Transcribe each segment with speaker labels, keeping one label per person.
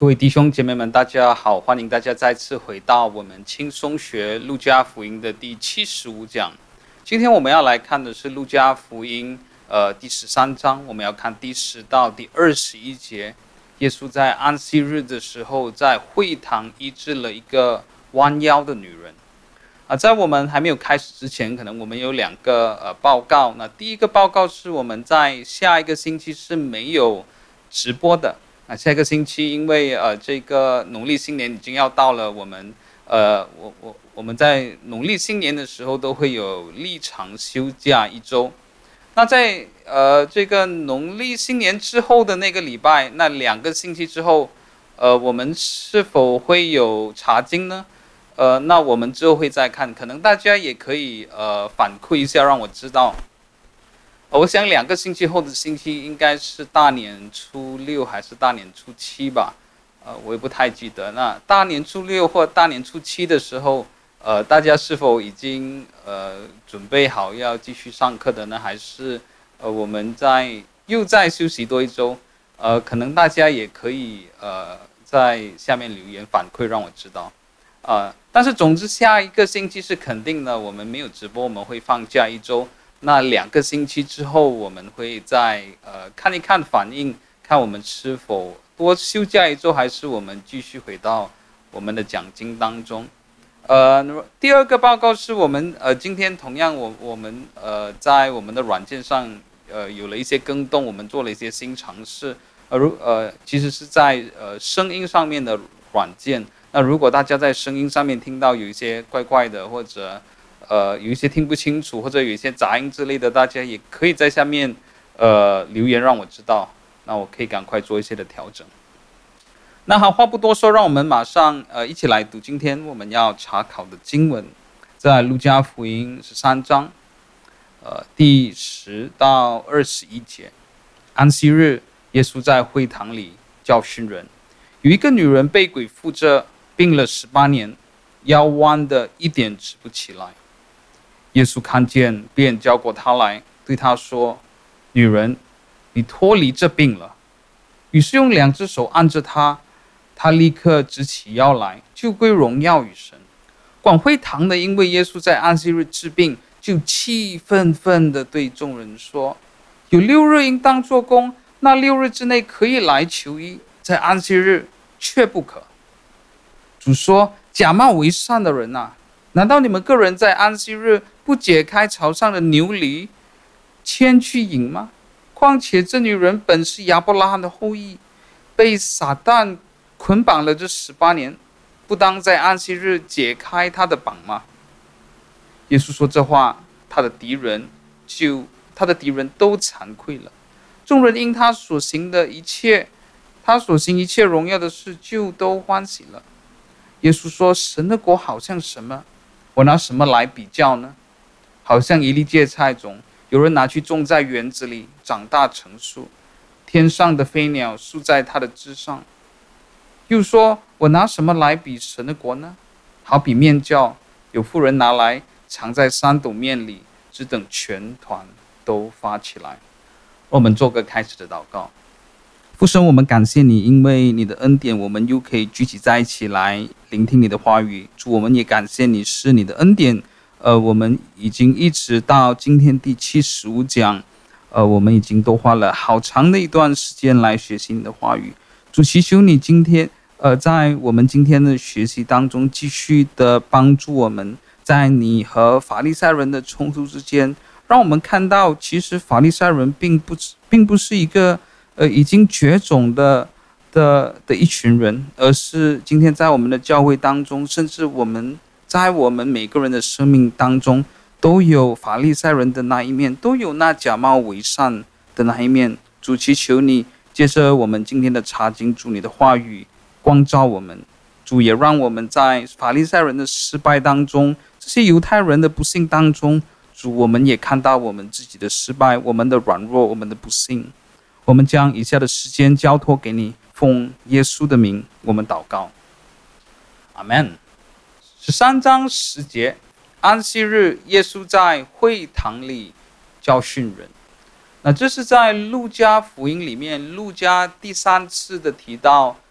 Speaker 1: 位弟兄姐妹们，大家好！欢迎大家再次回到我们轻松学路加福音的第75讲。今天我们要来看的是路加福音第13章，我们要看第10到第21节。耶稣在安息日的时候，在会堂医治了一个弯腰的女人。在我们还没有开始之前，可能我们有两个报告。那第一个报告是我们在下一个星期是没有直播的。下一个星期，因为这个农历新年已经要到了，我们在农历新年的时候都会有立场休假1周。那在这个农历新年之后的那个礼拜，那2个星期之后，我们是否会有查经呢？那我们之后会再看，可能大家也可以反馈一下，让我知道。我想2个星期后的星期应该是大年初6还是大年初7吧，我也不太记得。那大年初6或大年初7的时候，大家是否已经准备好要继续上课的呢？还是我们又再休息多1周？可能大家也可以在下面留言反馈，让我知道。但是总之下一个星期是肯定的，我们没有直播，我们会放假1周。那2个星期之后，我们会再看一看反应，看我们是否多休假1周，还是我们继续回到我们的讲经当中。第二个报告是我们今天同样我们在我们的软件上有了一些更动，我们做了一些新尝试。其实是在声音上面的软件。那如果大家在声音上面听到有一些怪怪的，或者有一些听不清楚，或者有一些杂音之类的，大家也可以在下面留言让我知道，那我可以赶快做一些的调整。那好，话不多说，让我们马上一起来读今天我们要查考的经文，在路加福音13章第10到21节。安息日，耶稣在会堂里教训人，有一个女人被鬼附着，病了18年，腰弯的一点直不起来。耶稣看见，便叫过她来，对她说：“女人，你脱离这病了。”于是用2只手按着她，她立刻直起腰来，就归荣耀与神。管会堂的因为耶稣在安息日治病，就气愤愤地对众人说：“有6日应当做工，那6日之内可以来求医，在安息日却不可。”主说：“假冒为善的人啊，难道你们个人在安息日不解开槽上的牛犁，牵去饮吗？况且这女人本是亚伯拉罕的后裔，被撒旦捆绑了这18年，不当在安息日解开她的绑吗？”耶稣说这话，他的敌人都惭愧了。众人因他所行一切荣耀的事，就都欢喜了。耶稣说：“神的国好像什么？我拿什么来比较呢？好像一粒芥菜种，有人拿去种在园子里，长大成树，天上的飞鸟宿在它的枝上。又说：我拿什么来比神的国呢？好比面酵，有妇人拿来藏在3斗面里，只等全团都发起来。”我们做个开始的祷告。父神，我们感谢你，因为你的恩典，我们又可以聚集在一起来聆听你的话语。主，我们也感谢你是你的恩典。我们已经一直到今天第75讲，我们已经都花了好长的一段时间来学习你的话语。主，祈求你今天在我们今天的学习当中，继续的帮助我们，在你和法利赛人的冲突之间，让我们看到，其实法利赛人并不是一个已经绝种的一群人，而是今天在我们的教会当中，甚至在我们每个人的生命当中，都有法利赛人的那一面，都有那假冒为善的那一面。主，祈求你借着我们今天的查经，主你的话语光照我们。主，也让我们在法利赛人的失败当中，这些犹太人的不幸当中，主，我们也看到我们自己的失败，我们的软弱，我们的不幸。我们将以下的时间交托给你，奉耶稣的名，我们祷告，阿们。13章10节，安息日，耶稣在会堂里教训人。那这是在路加福音里面，路加第3次的提到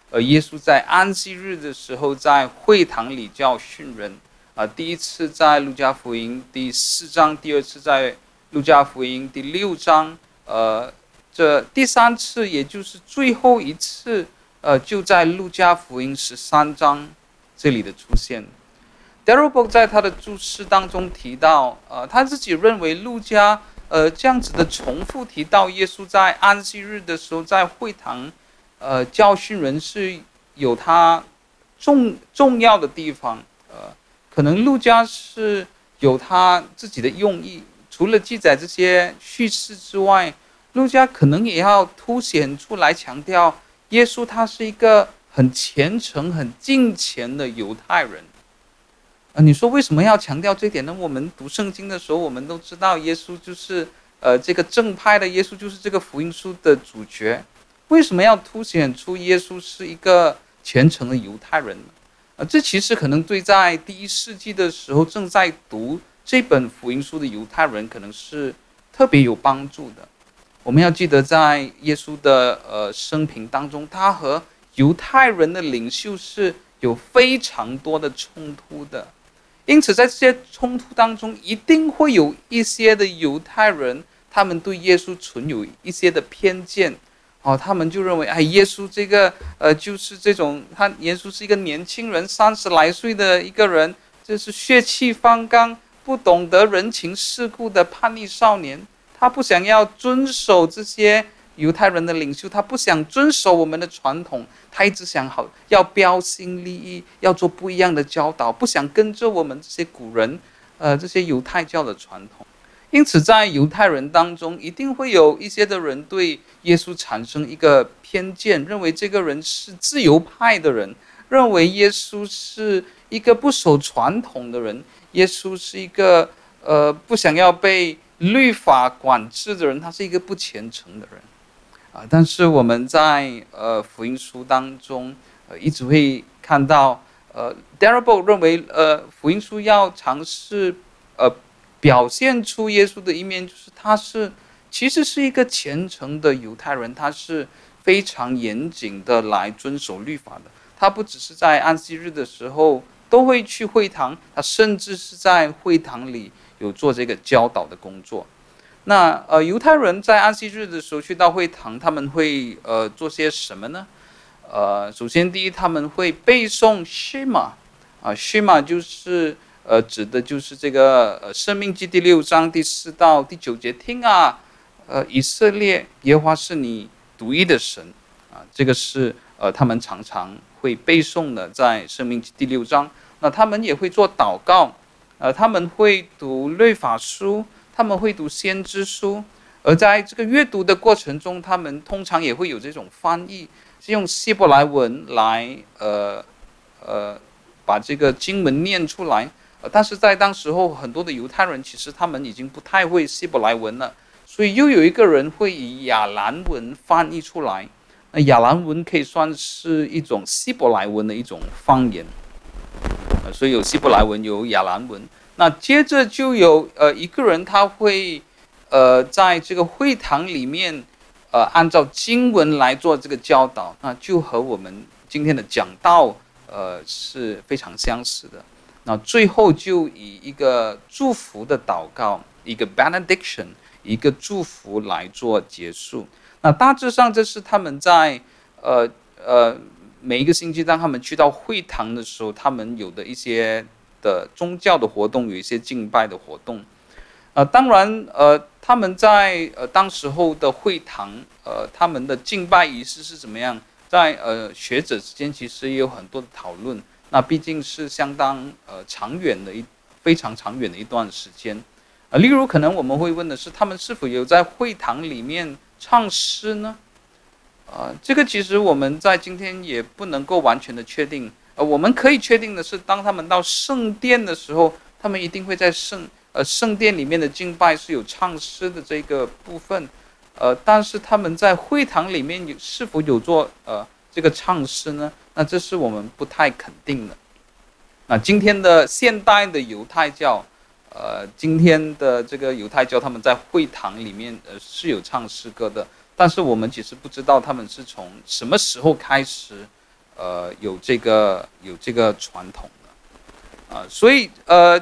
Speaker 1: 耶稣在安息日的时候在会堂里教训人。第一次在路加福音第4章，第二次在路加福音第6章，这第3次也就是最后一次，就在路加福音13章这里的出现。Darrell 在他的注释当中提到，他自己认为路加这样子的重复提到耶稣在安息日的时候在会堂教训人是有他重要的地方。可能路加是有他自己的用意，除了记载这些叙事之外，路加可能也要凸显出来，强调耶稣他是一个很虔诚、很敬虔的犹太人。你说为什么要强调这一点呢？我们读圣经的时候，我们都知道耶稣就是这个正派的耶稣，就是这个福音书的主角。为什么要凸显出耶稣是一个虔诚的犹太人呢？这其实可能对在第1世纪的时候正在读这本福音书的犹太人可能是特别有帮助的。我们要记得，在耶稣的生平当中，他和犹太人的领袖是有非常多的冲突的。因此在这些冲突当中，一定会有一些的犹太人，他们对耶稣存有一些的偏见。他们就认为，耶稣这个就是这种，耶稣是一个年轻人，30来岁的一个人，这是血气方刚、不懂得人情世故的叛逆少年。他不想要遵守这些犹太人的领袖，他不想遵守我们的传统，他一直想要标新立异，要做不一样的教导，不想跟着我们这些古人，这些犹太教的传统。因此在犹太人当中，一定会有一些的人对耶稣产生一个偏见，认为这个人是自由派的人，认为耶稣是一个不守传统的人，耶稣是一个不想要被律法管制的人，他是一个不虔诚的人。但是我们在福音书当中一直会看到Darrell 认为福音书要尝试表现出耶稣的一面，就是他其实是一个虔诚的犹太人，他是非常严谨的来遵守律法的。他不只是在安息日的时候都会去会堂，他甚至是在会堂里有做这个教导的工作。那犹太人在安息日的时候去到会堂，他们会做些什么呢？首先第一，他们会背诵 Shema，Shema 就是指的就是这个申命记第6章第4到第9节，听啊，以色列，耶和华是你独一的神这个是他们常常会背诵的，在申命记第6章。那他们也会做祷告，他们会读律法书，他们会读先知书，而在这个阅读的过程中，他们通常也会有这种翻译，是用希伯来文来把这个经文念出来。但是在当时候，很多的犹太人其实他们已经不太会希伯来文了，所以又有一个人会以亚兰文翻译出来。那亚兰文可以算是一种希伯来文的一种方言，所以有希伯来文，有亚兰文。那接着就有一个人他会在这个会堂里面按照经文来做这个教导，那就和我们今天的讲道是非常相似的。那最后就以一个祝福的祷告，一个 benediction， 一个祝福来做结束。那大致上这是他们在每一个星期当他们去到会堂的时候，他们有的一些的宗教的活动，有一些敬拜的活动。当然他们在当时候的会堂他们的敬拜仪式是怎么样，在学者之间其实也有很多的讨论。那毕竟是相当非常长远的一段时间。例如可能我们会问的是，他们是否有在会堂里面唱诗呢？这个其实我们在今天也不能够完全的确定。我们可以确定的是，当他们到圣殿的时候，他们一定会在圣殿里面的敬拜是有唱诗的这个部分。但是他们在会堂里面是否有做这个唱诗呢？那这是我们不太肯定的。那今天的现代的犹太教，今天的这个犹太教，他们在会堂里面是有唱诗歌的，但是我们其实不知道他们是从什么时候开始有这个传统的所以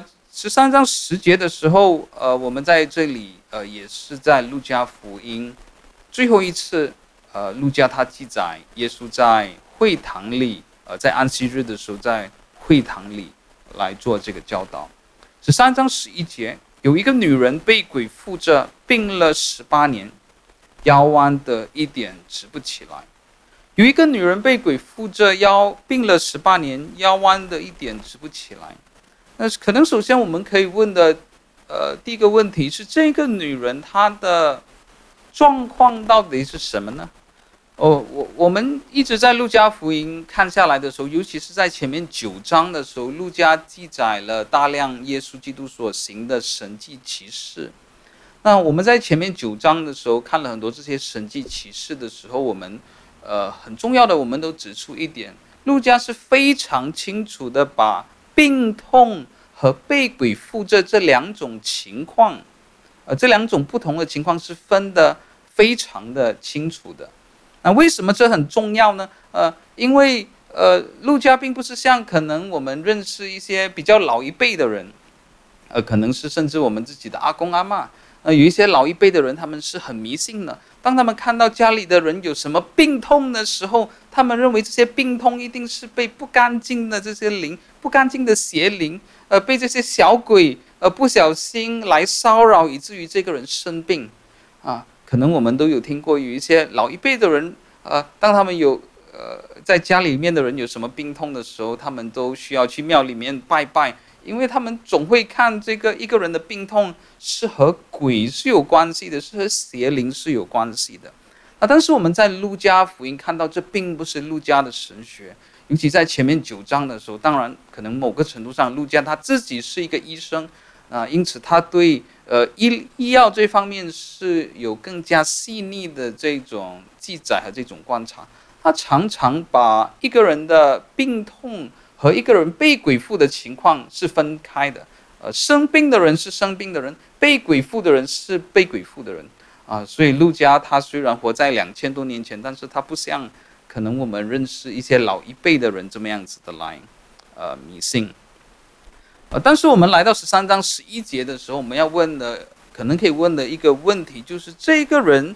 Speaker 1: 13章10节的时候，我们在这里也是在路加福音最后一次，路加他记载耶稣在会堂里，在安息日的时候在会堂里来做这个教导。13章11节，有一个女人被鬼附着，病了18年，腰弯的一点直不起来。有一个女人被鬼附着，病了18年，腰弯的一点直不起来。那可能首先我们可以问的，第一个问题是，这个女人她的状况到底是什么呢？我们一直在路加福音看下来的时候，尤其是在前面9章的时候，路加记载了大量耶稣基督所行的神迹奇事。那我们在前面9章的时候看了很多这些神迹奇事的时候，我们很重要的，我们都指出一点，路加是非常清楚的把病痛和被鬼附着这两种情况，这两种不同的情况是分得非常的清楚的。那为什么这很重要呢？因为路加并不是像可能我们认识一些比较老一辈的人，可能是甚至我们自己的阿公阿嬷，有一些老一辈的人，他们是很迷信的。当他们看到家里的人有什么病痛的时候，他们认为这些病痛一定是被不干净的这些灵、不干净的邪灵，被这些小鬼不小心来骚扰，以至于这个人生病啊。可能我们都有听过，有一些老一辈的人，当他们有在家里面的人有什么病痛的时候，他们都需要去庙里面拜拜，因为他们总会看这个一个人的病痛是和鬼是有关系的，是和邪灵是有关系的。但是我们在路加福音看到，这并不是路加的神学，尤其在前面9章的时候，当然可能某个程度上，路加他自己是一个医生因此他对医药这方面是有更加细腻的这种记载和这种观察。他常常把一个人的病痛和一个人被鬼附的情况是分开的。生病的人是生病的人，被鬼附的人是被鬼附的人所以路加他虽然活在2000多年前，但是他不像可能我们认识一些老一辈的人这么样子的来迷信。但是我们来到13章11节的时候，我们要问的可能可以问的一个问题就是，这个人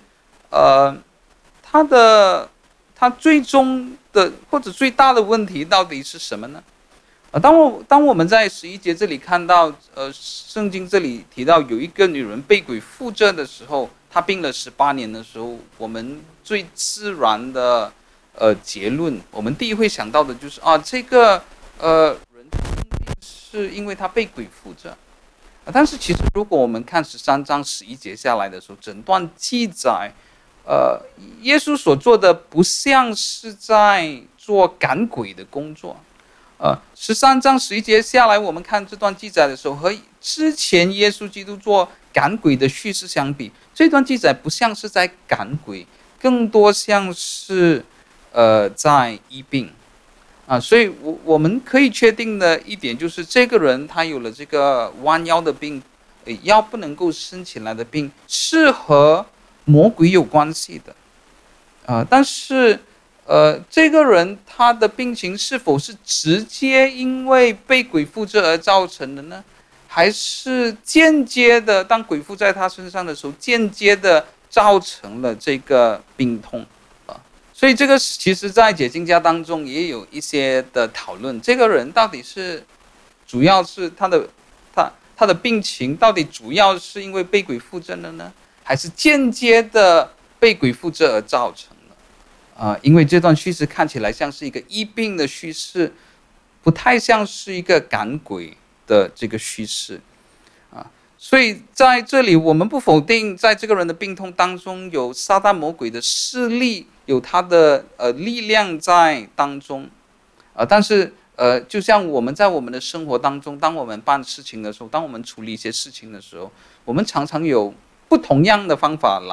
Speaker 1: 他最终的或者最大的问题到底是什么呢？当我们在11节这里看到圣经这里提到有一个女人被鬼附着的时候，她病了18年的时候，我们最自然的结论，我们第一会想到的就是这个人是因为他被鬼附着但是其实如果我们看13章11节下来的时候，整段记载耶稣所做的不像是在做赶鬼的工作。13章11节下来，我们看这段记载的时候，和之前耶稣基督做赶鬼的叙事相比，这段记载不像是在赶鬼，更多像是在医病所以我们可以确定的一点就是，这个人他有了这个弯腰的病，腰不能够伸起来的病，是和魔鬼有关系的但是这个人他的病情是否是直接因为被鬼附着而造成的呢？还是间接的，当鬼附在他身上的时候，间接的造成了这个病痛所以这个其实在解经家当中也有一些的讨论，这个人到底是主要是他的病情到底主要是因为被鬼附着的呢，还是间接的被鬼附着而造成的因为这段叙事看起来像是一个医病的叙事，不太像是一个赶鬼的这个叙事所以在这里我们不否定在这个人的病痛当中有撒旦魔鬼的势力，有他的力量在当中但是就像我们在我们的生活当中，当我们办事情的时候，当我们处理一些事情的时候，我们常常有不同样的方法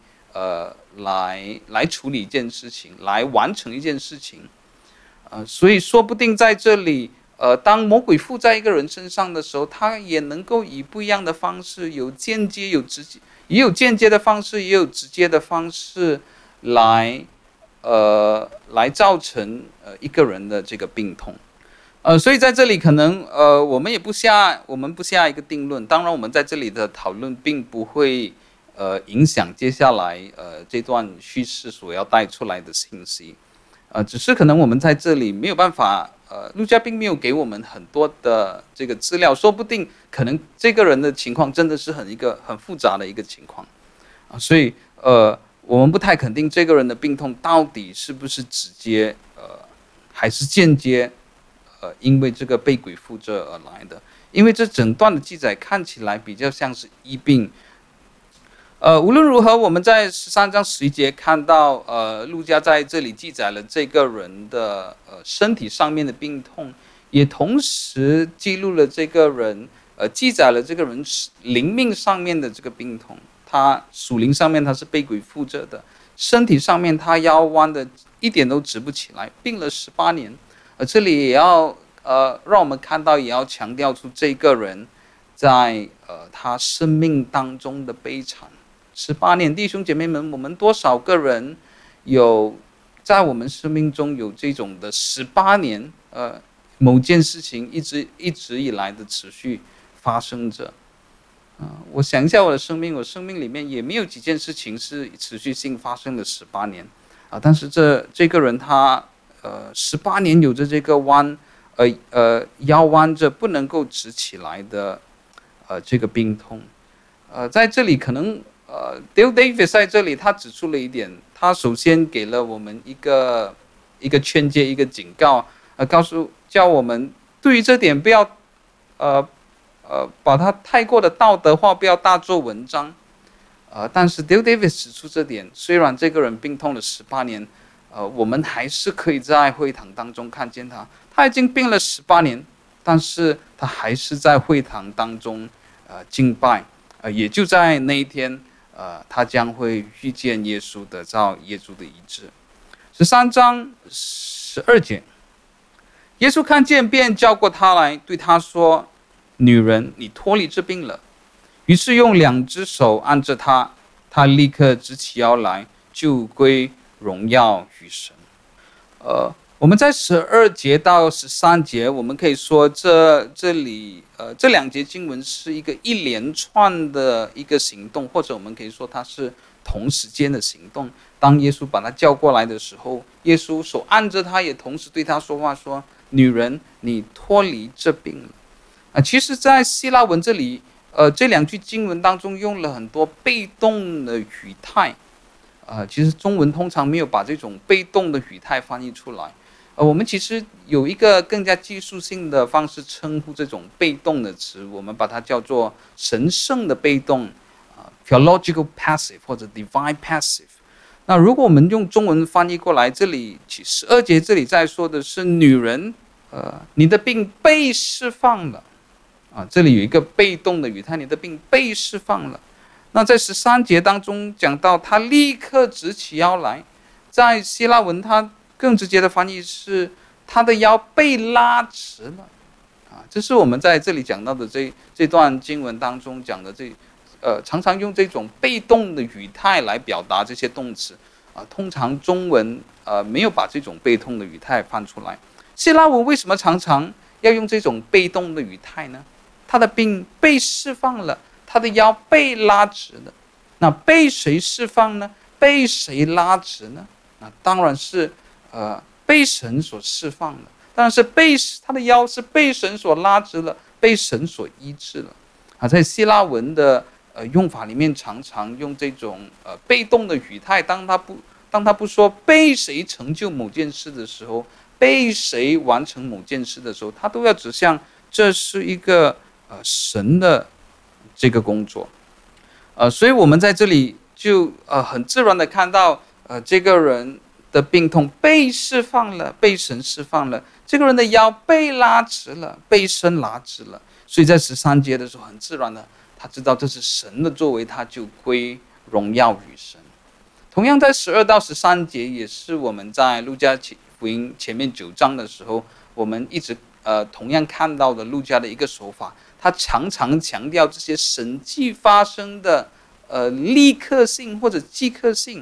Speaker 1: 来处理一件事情，来完成一件事情所以说不定在这里当魔鬼附在一个人身上的时候，他也能够以不一样的方式，有间接有直接，也有间接的方式，也有直接的方式来来造成一个人的这个病痛。所以在这里可能我们不下一个定论。当然，我们在这里的讨论并不会影响接下来这段叙事所要带出来的信息。只是可能我们在这里没有办法，路加并没有给我们很多的这个资料，说不定可能这个人的情况真的是一个很复杂的一个情况所以我们不太肯定这个人的病痛到底是不是直接还是间接因为这个被鬼附着而来的，因为这整段的记载看起来比较像是医病。无论如何，我们在13章11节看到，路加在这里记载了这个人的身体上面的病痛，也同时记录了这个人，记载了这个人灵命上面的这个病痛。他属灵上面他是被鬼附着的，身体上面他腰弯的一点都直不起来，病了18年。这里也要让我们看到，也要强调出这个人在他生命当中的悲惨。18年，弟兄姐妹们，我们多少个人有在我们生命中有这种的18年，某件事情一直以来的持续发生着。我想一下我的生命，我生命里面也没有几件事情是持续性发生了18年但是这个人他18年有着这个腰弯着不能够直起来的这个病痛。在这里可能Dale Davis 在这里他指出了一点，他首先给了我们一个劝诫，一个警告，叫我们对于这点不要把它太过的道德化，不要大做文章。但是 Dale Davis 指出这点，虽然这个人病痛了18年，我们还是可以在会堂当中看见他已经病了18年，但是他还是在会堂当中敬拜，也就在那一天，他将会遇见耶稣，得到耶稣的医治。13章12节，耶稣看见，便叫过他来，对他说：“女人，你脱离这病了。”于是用2只手按着他，他立刻直起腰来，就归荣耀于神。我们在12节到13节，我们可以说这里这2节经文是一连串的一个行动，或者我们可以说它是同时间的行动。当耶稣把他叫过来的时候，耶稣手按着他，也同时对他说话，说：“女人，你脱离这病了。”其实在希腊文这里，这2句经文当中用了很多被动的语态。其实中文通常没有把这种被动的语态翻译出来。我们其实有一个更加技术性的方式称呼这种被动的词，我们把它叫做神圣的被动，theological passive 或者 divine passive。那如果我们用中文翻译过来，这里12节这里在说的是女人，你的病被释放了这里有一个被动的语态，你的病被释放了。那在13节当中讲到他立刻直起腰来，在希腊文他更直接的翻译是他的腰被拉直了这是我们在这里讲到的这段经文当中讲的常常用这种被动的语态来表达这些动词通常中文没有把这种被动的语态翻出来。希腊文为什么常常要用这种被动的语态呢？他的病被释放了，他的腰被拉直了。那被谁释放呢？被谁拉直呢？那当然是被神所释放的，当然是他的腰是被神所拉直了，被神所医治了在希腊文的用法里面，常常用这种被动的语态。当他不说被谁成就某件事的时候，被谁完成某件事的时候，他都要指向这是一个神的这个工作。所以我们在这里就很自然的看到这个人的病痛被释放了，被神释放了，这个人的腰被拉直了，被神拉直了。所以在13节的时候，很自然的他知道这是神的作为，他就归荣耀于神。同样在12到13节，也是我们在路加福音前面9章的时候，我们一直同样看到的路加的一个手法，他常常强调这些神迹发生的立刻性或者即刻性。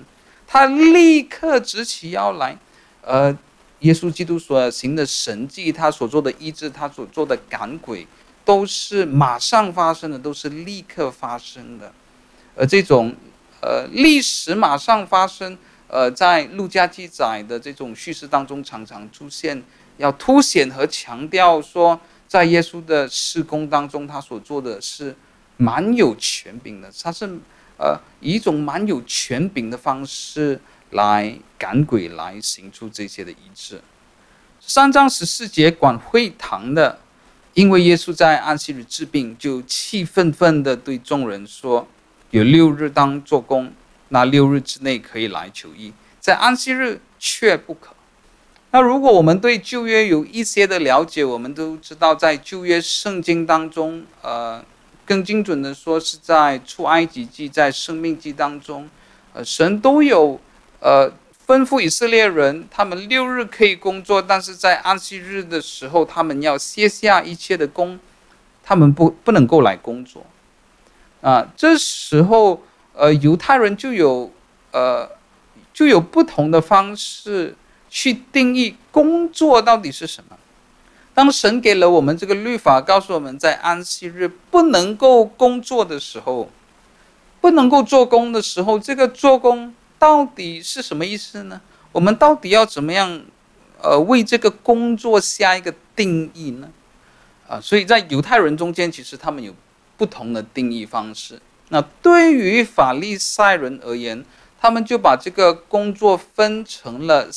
Speaker 1: 他立刻直起腰来。耶稣基督所行的神迹，他所做的医治，他所做的赶鬼，都是马上发生的，都是立刻发生的。这种历史马上发生，在路加记载的这种叙事当中常常出现，要凸显和强调说，在耶稣的事工当中，他所做的是蛮有权柄的，他是以一种蛮有权柄的方式来赶鬼，来行出这些的医治。3章14节管会堂的，因为耶稣在安息日治病，就气愤愤地对众人说：有6日当做工，那6日之内可以来求医，在安息日却不可。那如果我们对旧约有一些的了解，我们都知道，在旧约圣经当中，更精准的说是在出埃及记、在生命记当中，神都有吩咐以色列人，他们6日可以工作，但是在安息日的时候，他们要歇下一切的工，他们不能够来工作。这时候犹太人就有不同的方式去定义工作到底是什么。当神给了我们这个律法，告诉我们在安息日不能够工作的时候，不能够做工的时候，这个做工到底是什么意思呢？我们到底要怎么样为这个工作下一个定义呢？所以在犹太人中间，其实他们有不同的定义方式。那对于法利赛人而言，他们就把这个工作分成了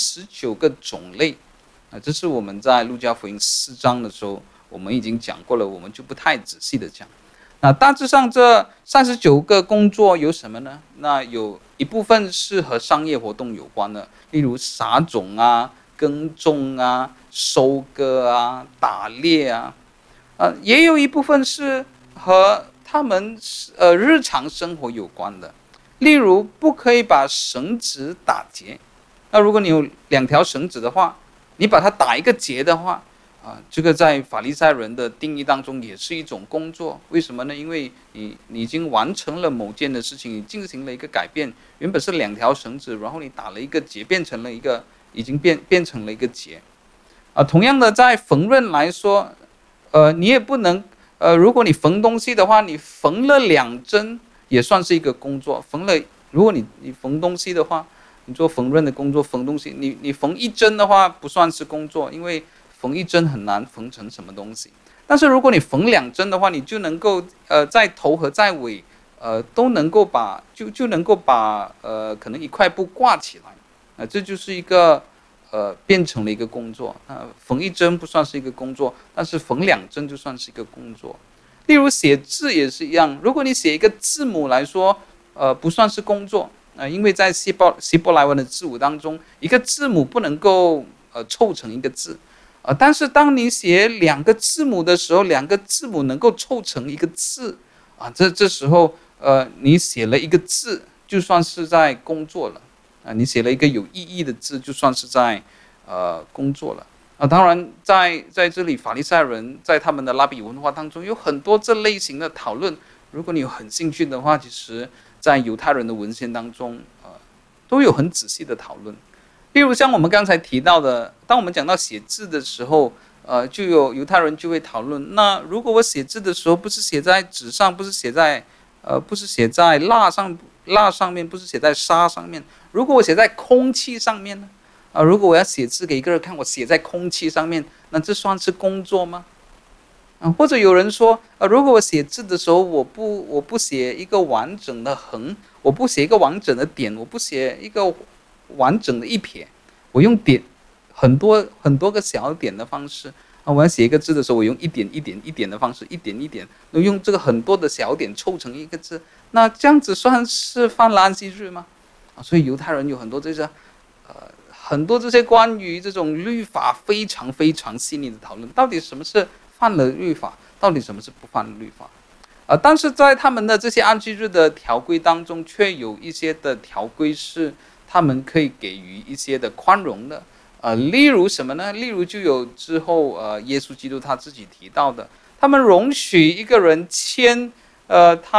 Speaker 1: 39个种类。这是我们在路加福音4章的时候我们已经讲过了，我们就不太仔细的讲。那大致上这39个工作有什么呢？那有一部分是和商业活动有关的，例如撒种啊、耕种啊、收割啊、打猎啊。也有一部分是和他们日常生活有关的，例如不可以把绳子打结。那如果你有2条绳子的话，你把它打一个结的话，这个在法利赛人的定义当中也是一种工作。为什么呢？因为你已经完成了某件的事情，你进行了一个改变，原本是2条绳子，然后你打了一个结，变成了一个已经变成了一个结。同样的，在缝纫来说，你也不能如果你缝东西的话，你缝了2针也算是一个工作。如果你缝东西的话，你做缝纫的工作，缝东西，你缝1针的话不算是工作，因为缝1针很难缝成什么东西。但是如果你缝2针的话，你就能够在头和在尾都能够把可能一块布挂起来，这就是一个变成了一个工作。缝1针不算是一个工作，但是缝2针就算是一个工作。例如写字也是一样，如果你写一个字母来说，不算是工作。因为在希伯来文的字母当中，一个字母不能够凑成一个字，但是当你写2个字母的时候，2个字母能够凑成一个字，这时候你写了一个字就算是在工作了，你写了一个有意义的字就算是在工作了。当然在这里法利赛人在他们的拉比文化当中有很多这类型的讨论，如果你有很兴趣的话，其实在犹太人的文献当中，都有很仔细的讨论。例如像我们刚才提到的，当我们讲到写字的时候，就有犹太人就会讨论，那如果我写字的时候不是写在纸上，不是写在蜡上面，不是写在沙上面，如果我写在空气上面呢？如果我要写字给一个人看，我写在空气上面，那这算是工作吗？或者有人说，如果我写字的时候，我不写一个完整的横，我不写一个完整的点，我不写一个完整的一撇，我用点很多个小点的方式我要写一个字的时候，我用一点一点一点的方式，一点一点，用这个很多的小点凑成一个字，那这样子算是犯了安息日吗？所以犹太人有很多这些关于这种律法非常非常细腻的讨论，到底什么是犯了律法，到底什么是不犯了律法？但是在他们的这些安息日的条规当中，却有一些的条规是他们可以给予一些的宽容的。例如什么呢？例如就有之后耶稣基督他自己提到的，他们容许一个人签他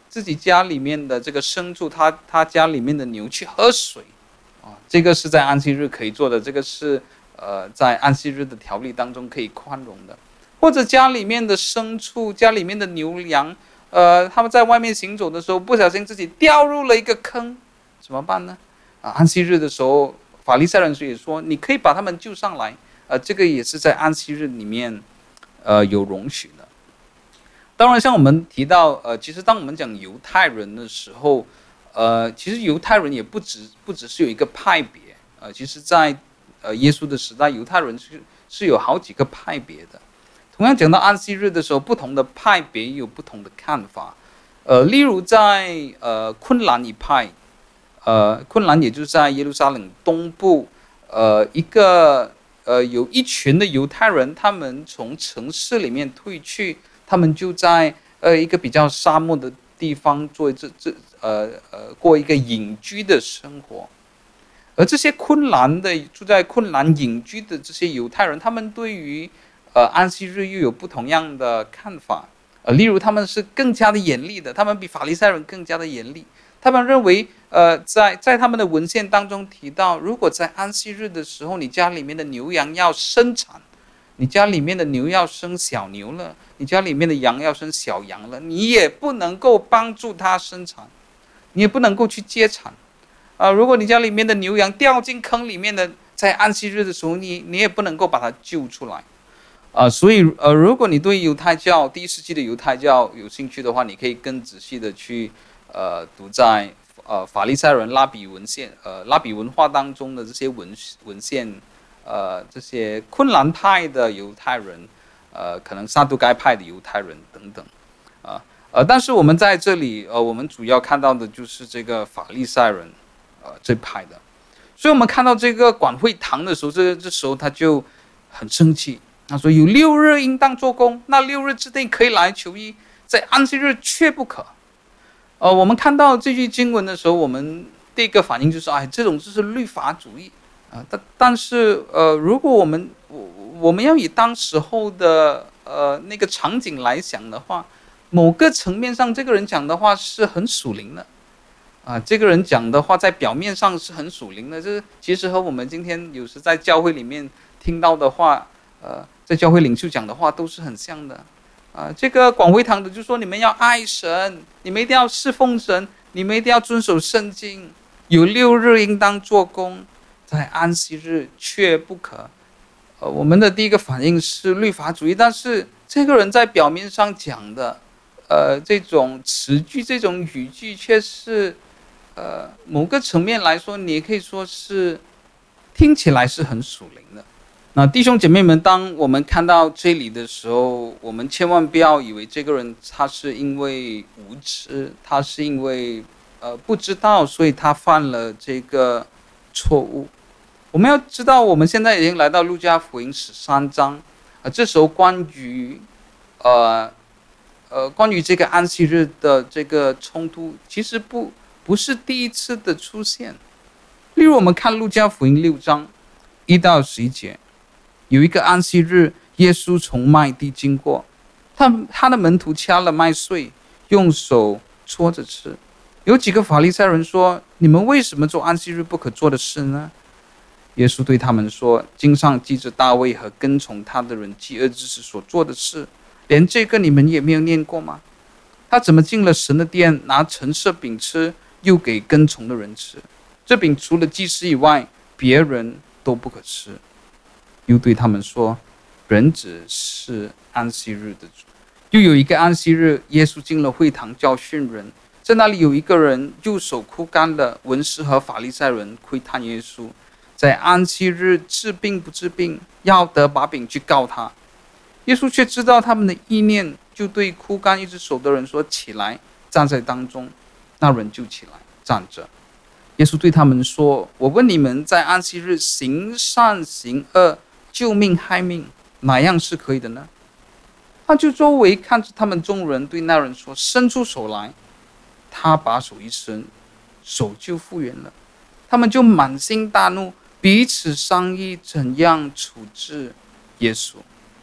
Speaker 1: 自己家里面的这个牲畜，他家里面的牛去喝水啊，这个是在安息日可以做的，这个是在安息日的条例当中可以宽容的。或者家里面的牲畜，家里面的牛羊，他们在外面行走的时候，不小心自己掉入了一个坑，怎么办呢？安息日的时候，法利赛人也说，你可以把他们救上来，这个也是在安息日里面，有容许的。当然，像我们提到，其实当我们讲犹太人的时候，其实犹太人也不只是有一个派别，其实在耶稣的时代，犹太人是有好几个派别的。同样讲到安息日的时候，不同的派别有不同的看法。例如在昆兰一派，昆兰也就是在耶路撒冷东部，有一群的犹太人，他们从城市里面退去，他们就在一个比较沙漠的地方做过一个隐居的生活。而这些住在昆兰隐居的这些犹太人，他们对于安息日又有不同样的看法。例如他们是更加的严厉的，他们比法利赛人更加的严厉。他们认为，在他们的文献当中提到，如果在安息日的时候，你家里面的牛羊要生产，你家里面的牛要生小牛了，你家里面的羊要生小羊了，你也不能够帮助它生产，你也不能够去接产。如果你家里面的牛羊掉进坑里面的，在安息日的时候，你也不能够把它救出来。所以如果你对犹太教第一世纪的犹太教有兴趣的话，你可以更仔细的去读在法利赛人拉比文化当中的这些文献，这些昆兰派的犹太人，可能撒都该派的犹太人等等，但是我们在这里我们主要看到的就是这个法利赛人这派的，所以我们看到这个管会堂的时候，这时候他就很生气。他说：“有6日应当做工，那6日之内可以来求医，在安息日却不可。”我们看到这句经文的时候，我们第一个反应就是：这种就是律法主义啊。但是如果我们要以当时候的那个场景来想的话，某个层面上，这个人讲的话是很属灵的这个人讲的话在表面上是很属灵的，这其实和我们今天有时在教会里面听到的话，在教会领袖讲的话都是很像的这个广会堂的就说你们要爱神，你们一定要侍奉神，你们一定要遵守圣经，有6日应当做工，在安息日却不可。我们的第一个反应是律法主义，但是这个人在表面上讲的这种词句，这种语句却是某个层面来说，你也可以说是听起来是很属灵的。那弟兄姐妹们，当我们看到这里的时候，我们千万不要以为这个人他是因为无知，他是因为不知道，所以他犯了这个错误。我们要知道，我们现在已经来到路加福音13章这时候关于这个安息日的这个冲突，其实不是第一次的出现。例如我们看路加福音6章1到11节，有一个安息日，耶稣从麦地经过，他的门徒掐了麦穗，用手搓着吃。有几个法利赛人说：“你们为什么做安息日不可做的事呢？”耶稣对他们说：“经上记着大卫和跟从他的人饥饿之时所做的事，连这个你们也没有念过吗？他怎么进了神的殿，拿陈设饼吃，又给跟从的人吃？这饼除了祭司以外，别人都不可吃。”又对他们说：“人子是安息日的主。”又有一个安息日，耶稣进了会堂教训人，在那里有一个人右手枯干了，文士和法利赛人窥探耶稣，在安息日治病不治病，要得把柄去告他。耶稣却知道他们的意念，就对枯干一只手的人说：“起来，站在当中。”那人就起来站着。耶稣对他们说：“我问你们，在安息日行善行恶，救命害命，哪样是可以的呢？”他就周围看着他们众人，对那人说：“伸出手来。”他把手一伸，手就复原了。他们就满心大怒，彼此商议怎样处置耶稣。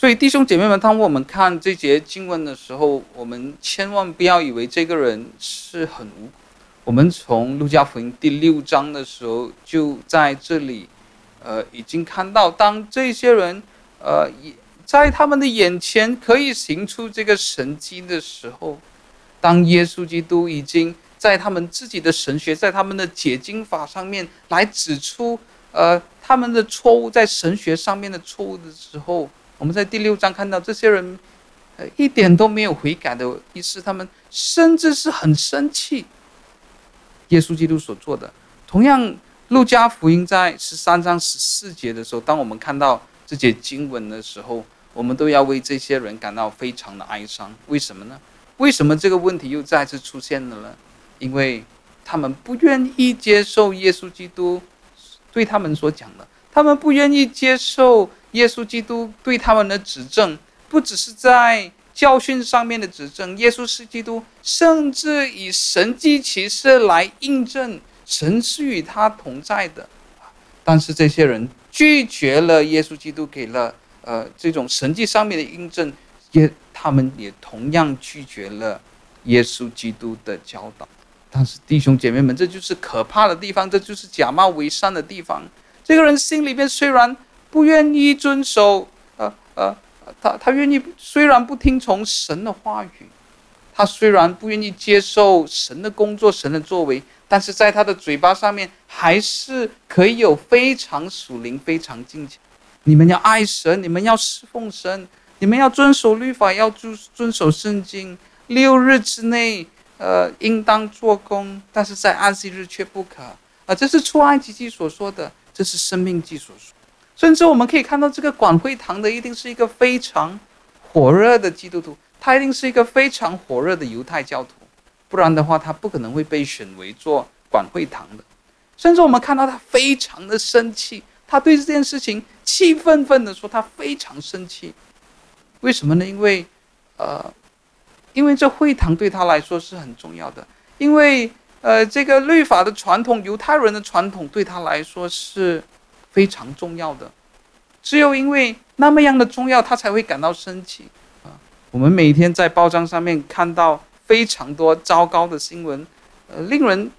Speaker 1: 所以弟兄姐妹们，当我们看这节经文的时候，我们千万不要以为这个人是很无辜。我们从路加福音第6章的时候，就在这里，已经看到，当这些人，在他们的眼前可以行出这个神迹的时候，当耶稣基督已经在他们自己的神学，在他们的解经法上面来指出，他们的错误，在神学上面的错误的时候，我们在第6章看到这些人，一点都没有悔改的意思，他们甚至是很生气。耶稣基督所做的，同样，路加福音在13章14节的时候，当我们看到这节经文的时候，我们都要为这些人感到非常的哀伤。为什么呢？为什么这个问题又再次出现了呢？因为他们不愿意接受耶稣基督对他们所讲的，他们不愿意接受耶稣基督对他们的指正，不只是在教训上面的指正，耶稣是基督，甚至以神迹奇事来印证神是与他同在的。但是这些人拒绝了耶稣基督给了这种神迹上面的印证，他们也同样拒绝了耶稣基督的教导。但是弟兄姐妹们，这就是可怕的地方，这就是假冒为善的地方。这个人心里面虽然不愿意遵守，他愿意，虽然不听从神的话语，他虽然不愿意接受神的工作、神的作为，但是在他的嘴巴上面还是可以有非常属灵、非常敬虔。你们要爱神，你们要侍奉神，你们要遵守律法，要遵守圣经。6日之内，应当做工，但是在安息日却不可。这是出埃及记所说的，这是申命记所说。甚至我们可以看到，这个管会堂的一定是一个非常火热的基督徒，他一定是一个非常火热的犹太教徒，不然的话，他不可能会被选为做管会堂的。甚至我们看到他非常的生气，他对这件事情气愤愤的说，他非常生气。为什么呢？因为这会堂对他来说是很重要的，因为这个律法的传统，犹太人的传统对他来说是非常重要的，只有因为那么样的重要，他才会感到生气。我们每天在报章上面看到非常多糟糕的新闻，令人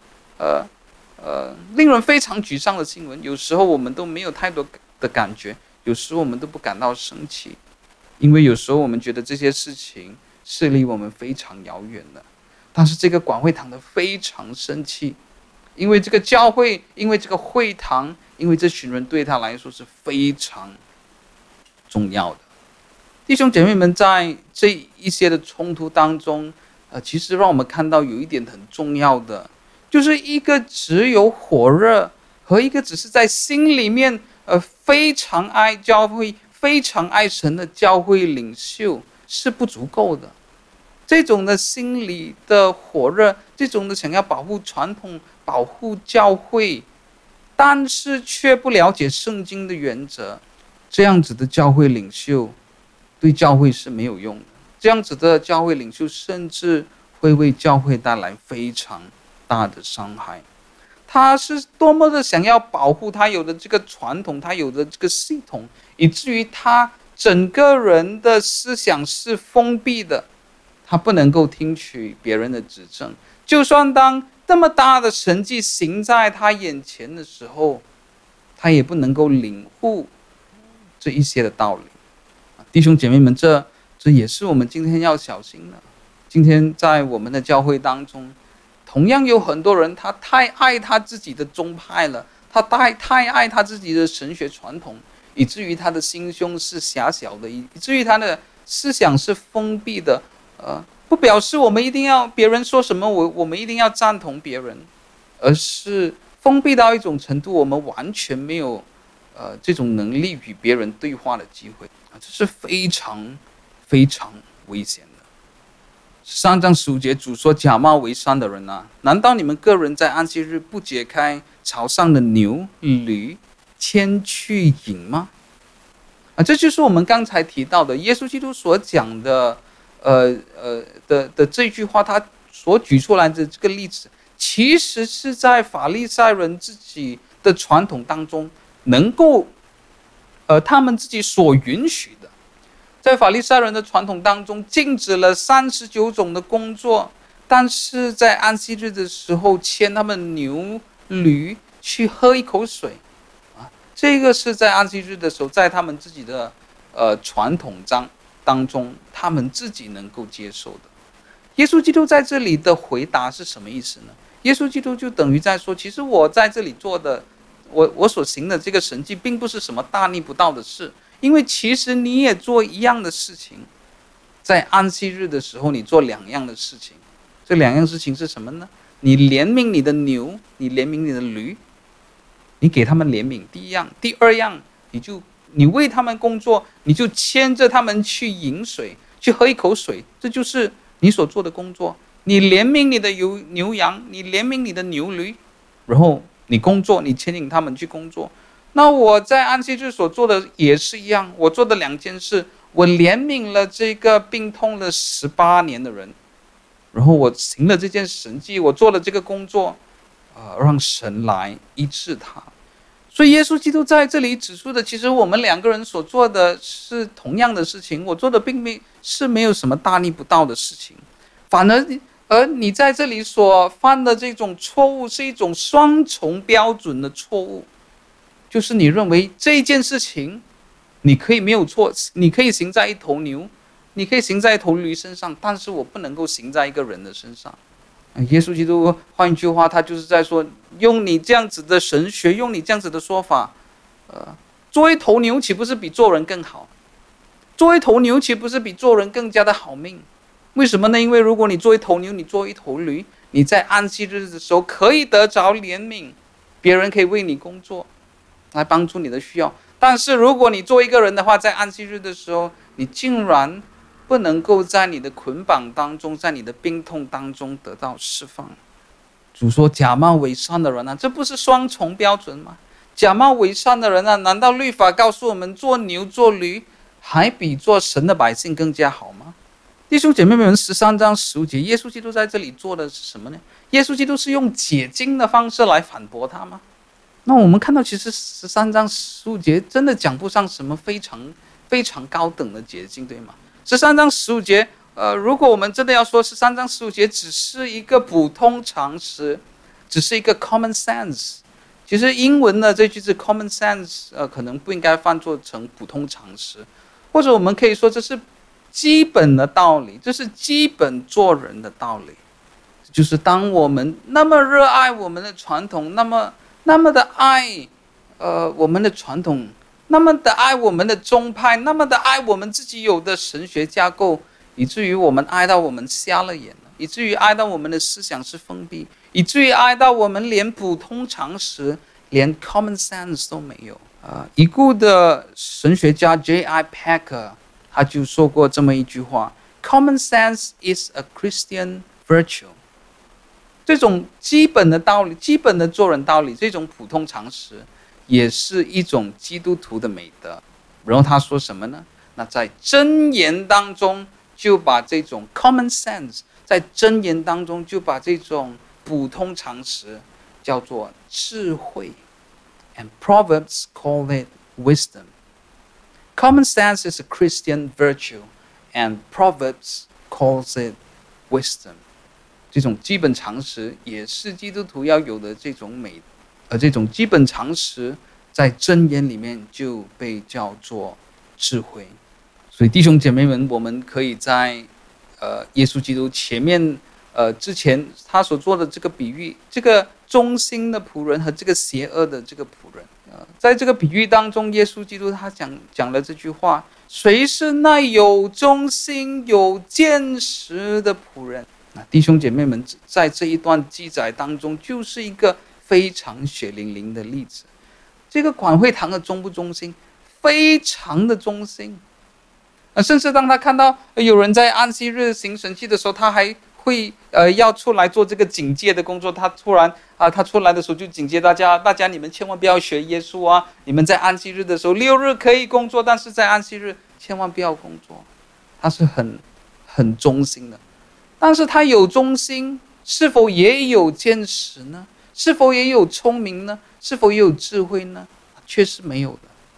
Speaker 1: 非常沮丧的新闻。有时候我们都没有太多的感觉，有时候我们都不感到生气，因为有时候我们觉得这些事情是离我们非常遥远的。但是这个管会堂的非常生气，因为这个教会，因为这个会堂，因为这群人对他来说是非常重要的。弟兄姐妹们，在这一些的冲突当中，其实让我们看到有一点很重要的，就是一个只有火热和一个只是在心里面非常爱教会、非常爱神的教会领袖是不足够的。这种的心里的火热，这种的想要保护传统、保护教会，但是却不了解圣经的原则，这样子的教会领袖对教会是没有用的。这样子的教会领袖甚至会为教会带来非常大的伤害。他是多么的想要保护他有的这个传统，他有的这个系统，以至于他整个人的思想是封闭的，他不能够听取别人的指正。就算当这么大的神迹行在他眼前的时候，他也不能够领悟这一些的道理。弟兄姐妹们，这也是我们今天要小心的。今天在我们的教会当中，同样有很多人，他太爱他自己的宗派了，他太爱他自己的神学传统，以至于他的心胸是狭小的，以至于他的思想是封闭的。不表示我们一定要别人说什么，我们一定要赞同别人，而是封闭到一种程度，我们完全没有这种能力与别人对话的机会。这是非常非常危险的。13章15节，主说：假冒为善的人啊，难道你们个人在安息日不解开槽上的牛驴，牵去饮吗？这就是我们刚才提到的耶稣基督所讲的这句话，他所举出来的这个例子，其实是在法利赛人自己的传统当中能够他们自己所允许的。 在法利赛人的传统当中，禁止了39种的工作，但是在安息日的时候，牵他们牛驴去喝一口水，这个是在安息日的时候，在他们自己的传统当中，他们自己能够接受的。耶稣基督在这里的回答是什么意思呢？耶稣基督就等于在说，其实我在这里做的，我所行的这个神迹，并不是什么大逆不道的事，因为其实你也做一样的事情，在安息日的时候，你做2样的事情。这2样事情是什么呢？你怜悯你的牛，你怜悯你的驴，你给他们怜悯。第1样，第2样，你为他们工作，你就牵着他们去饮水，去喝一口水，这就是你所做的工作。你怜悯你的牛羊，你怜悯你的牛驴，然后你工作，你牵引他们去工作。那我在安息日所做的也是一样，我做的2件事，我怜悯了这个病痛了18年的人，然后我行了这件神迹，我做了这个工作，让神来医治他。所以耶稣基督在这里指出的，其实我们2个人所做的是同样的事情，我做的并没有什么大逆不道的事情，反而你在这里所犯的这种错误是一种双重标准的错误，就是你认为这件事情你可以没有错，你可以行在一头牛，你可以行在一头驴身上，但是我不能够行在一个人的身上。耶稣基督换一句话，他就是在说，用你这样子的神学，用你这样子的说法，做一头牛岂不是比做人更好？做一头牛岂不是比做人更加的好命？为什么呢？因为如果你做一头牛，你做一头驴，你在安息日的时候可以得着怜悯，别人可以为你工作，来帮助你的需要。但是如果你做一个人的话，在安息日的时候，你竟然不能够在你的捆绑当中，在你的病痛当中得到释放。主说假冒伪善的人啊，这不是双重标准吗？假冒伪善的人啊，难道律法告诉我们做牛做驴还比做神的百姓更加好吗？弟兄姐妹们，13章15节，耶稣基督在这里做的是什么呢？耶稣基督是用解经的方式来反驳他吗？那我们看到，其实13章15节真的讲不上什么非常高等的解经，对吗？13章15节，如果我们真的要说13章15节只是一个普通常识，只是一个 common sense， 其实英文的这句字 common sense，可能不应该翻作成普通常识，或者我们可以说这是基本的道理，这是基本做人的道理。就是当我们那么热爱我们的传统，那么的爱我们的传统，那么的爱我们的宗派，那么的爱我们自己有的神学架构，以至于我们爱到我们瞎了眼了，以至于爱到我们的思想是封闭，以至于爱到我们连普通常识，连 common sense 都没有。已故的神学家 J.I. Packer 他就说过这么一句话 ：“Common sense is a Christian virtue。”这种基本的道理，基本的做人道理，这种普通常识，也是一种基督徒的美德。然后他说什么呢？那在箴言当中，就把这种 common sense， 在箴言当中就把这种普通常识叫做智慧。And Proverbs call it wisdom. Common sense is a Christian virtue, and Proverbs calls it wisdom. 这种基本常识也是基督徒要有的这种美，这种基本常识在箴言里面就被叫做智慧。所以弟兄姐妹们，我们可以在耶稣基督前面之前他所做的这个比喻，这个忠心的仆人和这个邪恶的这个仆人，在这个比喻当中，耶稣基督他讲了这句话：谁是那有忠心有见识的仆人？弟兄姐妹们，在这一段记载当中，就是一个非常血淋淋的例子。这个管会堂的忠不忠心？非常的忠心。甚至当他看到有人在安息日行神迹的时候，他还会要出来做这个警戒的工作。他突然他出来的时候就警戒大家你们千万不要学耶稣啊！你们在安息日的时候，6日可以工作，但是在安息日千万不要工作。他是很忠心的。但是他有忠心，是否也有见识呢？是否也有聪明呢？是否也有智慧呢？却是没有的。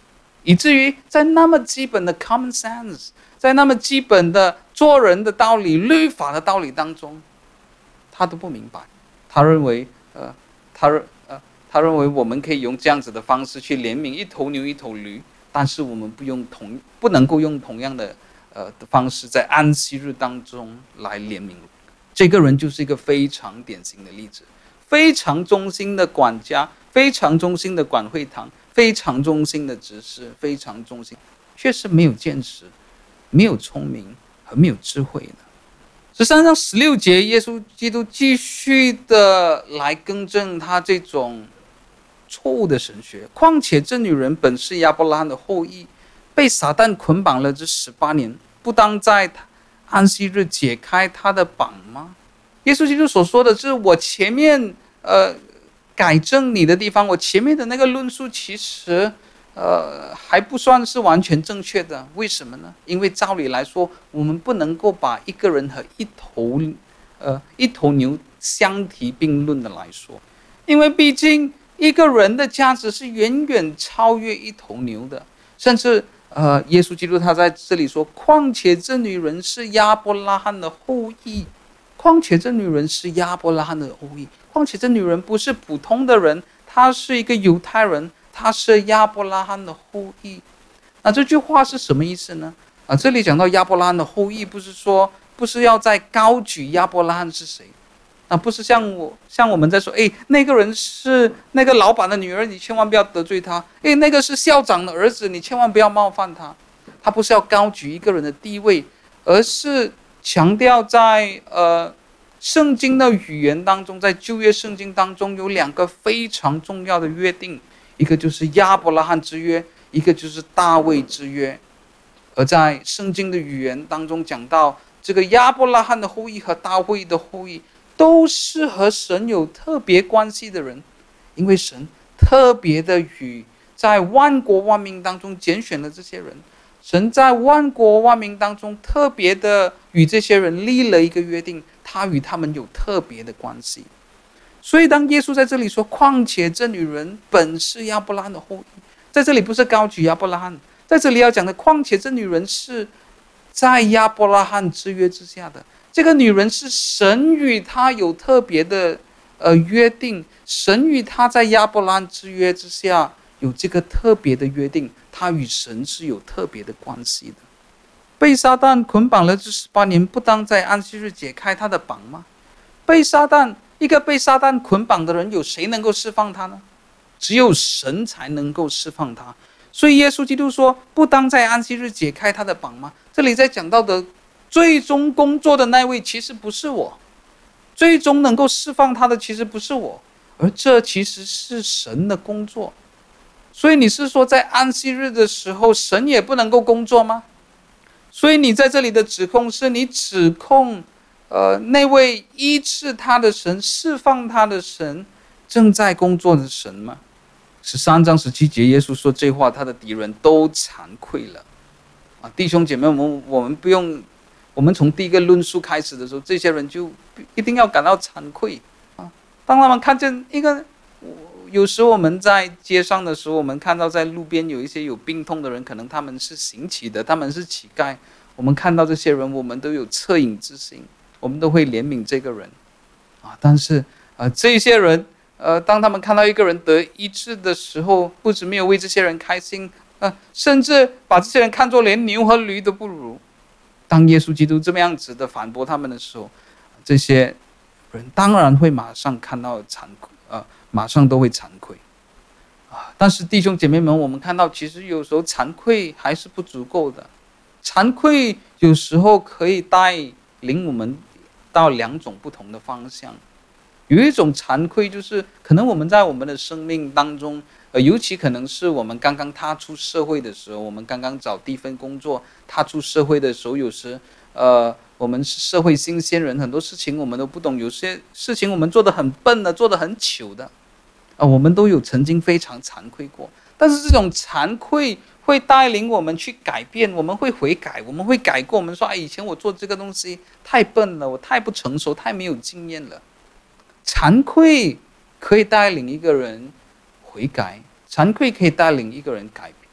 Speaker 1: 以至于在那么基本的 common sense， 在那么基本的做人的道理、律法的道理当中，他都不明白。他认为，他认为我们可以用这样子的方式去怜悯一头牛一头驴，但是我们不能够用同样的方式在安息日当中来怜悯。这个人就是一个非常典型的例子，非常忠心的管家，非常忠心的管会堂，非常忠心的执事，非常忠心，却是没有见识、没有聪明和没有智慧的。13章16节，耶稣基督继续的来更正他这种错误的神学。况且这女人本是亚伯拉罕的后裔，被撒旦捆绑了这18年，不当在安息日解开她的绑吗？耶稣基督所说的是我前面改正你的地方，我前面的那个论述其实还不算是完全正确的。为什么呢？因为照理来说，我们不能够把一个人和一头牛相提并论的来说，因为毕竟一个人的价值是远远超越一头牛的。甚至耶稣基督他在这里说，况且这女人是亚伯拉罕的后裔，况且这女人是亚伯拉罕的后裔，况且这女人不是普通的人，她是一个犹太人，她是亚伯拉罕的后裔。那这句话是什么意思呢？这里讲到亚伯拉罕的后裔，不是要再高举亚伯拉罕是谁，不是像我们在说，那个人是那个老板的女儿，你千万不要得罪他；那个是校长的儿子，你千万不要冒犯他。他不是要高举一个人的地位，而是强调在圣经的语言当中，在旧约圣经当中有2个非常重要的约定，一个就是亚伯拉罕之约，一个就是大卫之约。而在圣经的语言当中讲到，这个亚伯拉罕的后裔和大卫的后裔都是和神有特别关系的人，因为神特别的与在万国万民当中拣选了这些人，神在万国万民当中特别的与这些人立了一个约定，他与他们有特别的关系。所以当耶稣在这里说，况且这女人本是亚伯拉罕的后裔，在这里不是高举亚伯拉罕，在这里要讲的况且这女人是在亚伯拉罕之约之下的，这个女人是神与她有特别的约定，神与她在亚伯拉罕之约之下有这个特别的约定，她与神是有特别的关系的。被撒旦捆绑了这18年，不当在安息日解开她的绑吗？一个被撒旦捆绑的人，有谁能够释放他呢？只有神才能够释放他。所以耶稣基督说，不当在安息日解开他的绑吗？这里在讲到的最终工作的那位其实不是我，最终能够释放他的其实不是我，而这其实是神的工作。所以你是说在安息日的时候神也不能够工作吗？所以你在这里的指控是你指控那位医治他的神、释放他的神正在工作的神吗？13章17节，耶稣说这话，他的敌人都惭愧了。弟兄姐妹，我们从第一个论述开始的时候，这些人就一定要感到惭愧啊！当他们看见有时候我们在街上的时候，我们看到在路边有一些有病痛的人，可能他们是行乞的，他们是乞丐，我们看到这些人，我们都有恻隐之心，我们都会怜悯这个人但是这些人当他们看到一个人得医治的时候，不止没有为这些人开心，甚至把这些人看作连牛和驴都不如。当耶稣基督这么样子的反驳他们的时候，这些人当然会马上看到惭愧，马上都会惭愧但是弟兄姐妹们，我们看到其实有时候惭愧还是不足够的，惭愧有时候可以带领我们到2种不同的方向。有一种惭愧，就是可能我们在我们的生命当中，尤其可能是我们刚刚踏出社会的时候，我们刚刚找第一份工作，踏出社会的时候，有时我们是社会新鲜人，很多事情我们都不懂，有些事情我们做得很笨的，做得很糗的，我们都有曾经非常惭愧过。但是这种惭愧会带领我们去改变，我们会悔改，我们会改过，我们说以前我做这个东西太笨了，我太不成熟，太没有经验了。惭愧可以带领一个人悔改，惭愧可以带领一个人改变。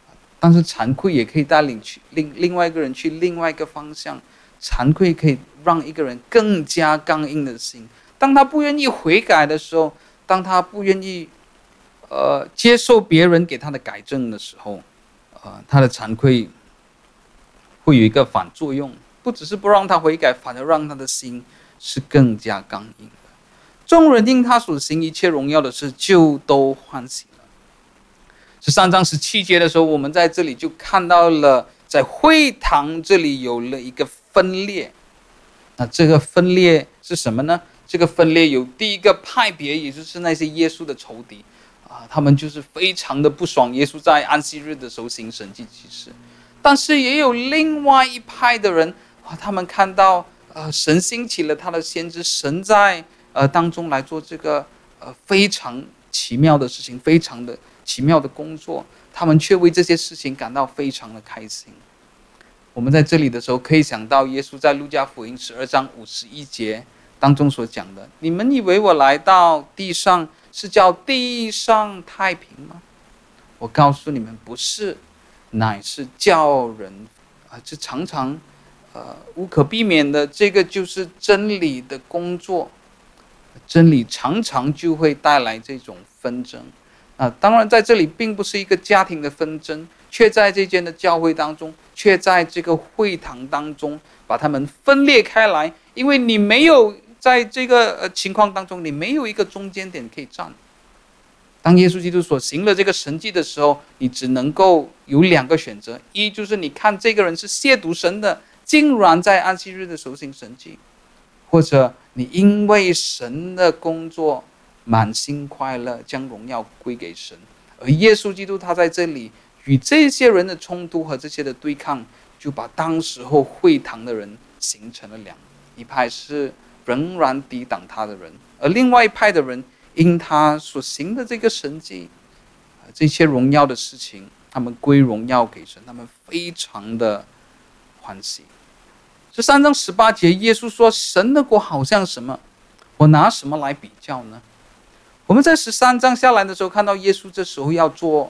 Speaker 1: 但是惭愧也可以带领去另外一个人去另外一个方向。惭愧可以让一个人更加刚硬的心。当他不愿意悔改的时候，当他不愿意接受别人给他的改正的时候，他的惭愧会有一个反作用，不只是不让他悔改，反而让他的心是更加刚硬的。众人因他所行一切荣耀的事，就都欢喜了。13章17节的时候，我们在这里就看到了，在会堂这里有了一个分裂。那这个分裂是什么呢？这个分裂有第一个派别，也就是那些耶稣的仇敌他们就是非常的不爽耶稣在安息日的时候行神迹奇事。但是也有另外一派的人他们看到神兴起了他的先知，神在当中来做这个非常奇妙的事情，非常的奇妙的工作，他们却为这些事情感到非常的开心。我们在这里的时候可以想到耶稣在路加福音12章51节当中所讲的：你们以为我来到地上是叫地上太平吗？我告诉你们，不是，乃是叫人这常常无可避免的，这个就是真理的工作。真理常常就会带来这种纷争当然在这里并不是一个家庭的纷争，却在这间的教会当中，却在这个会堂当中把他们分裂开来。因为你没有在这个情况当中，你没有一个中间点可以站。当耶稣基督所行了这个神迹的时候，你只能够有2个选择：一就是你看这个人是亵渎神的，竟然在安息日的时候行神迹；或者你因为神的工作满心快乐，将荣耀归给神。而耶稣基督他在这里与这些人的冲突和这些的对抗，就把当时候会堂的人形成了一派是仍然抵挡他的人，而另外一派的人因他所行的这个神迹这些荣耀的事情，他们归荣耀给神，他们非常的欢喜。13章18节耶稣说，神的国好像什么？我拿什么来比较呢？我们在13章下来的时候看到耶稣这时候要做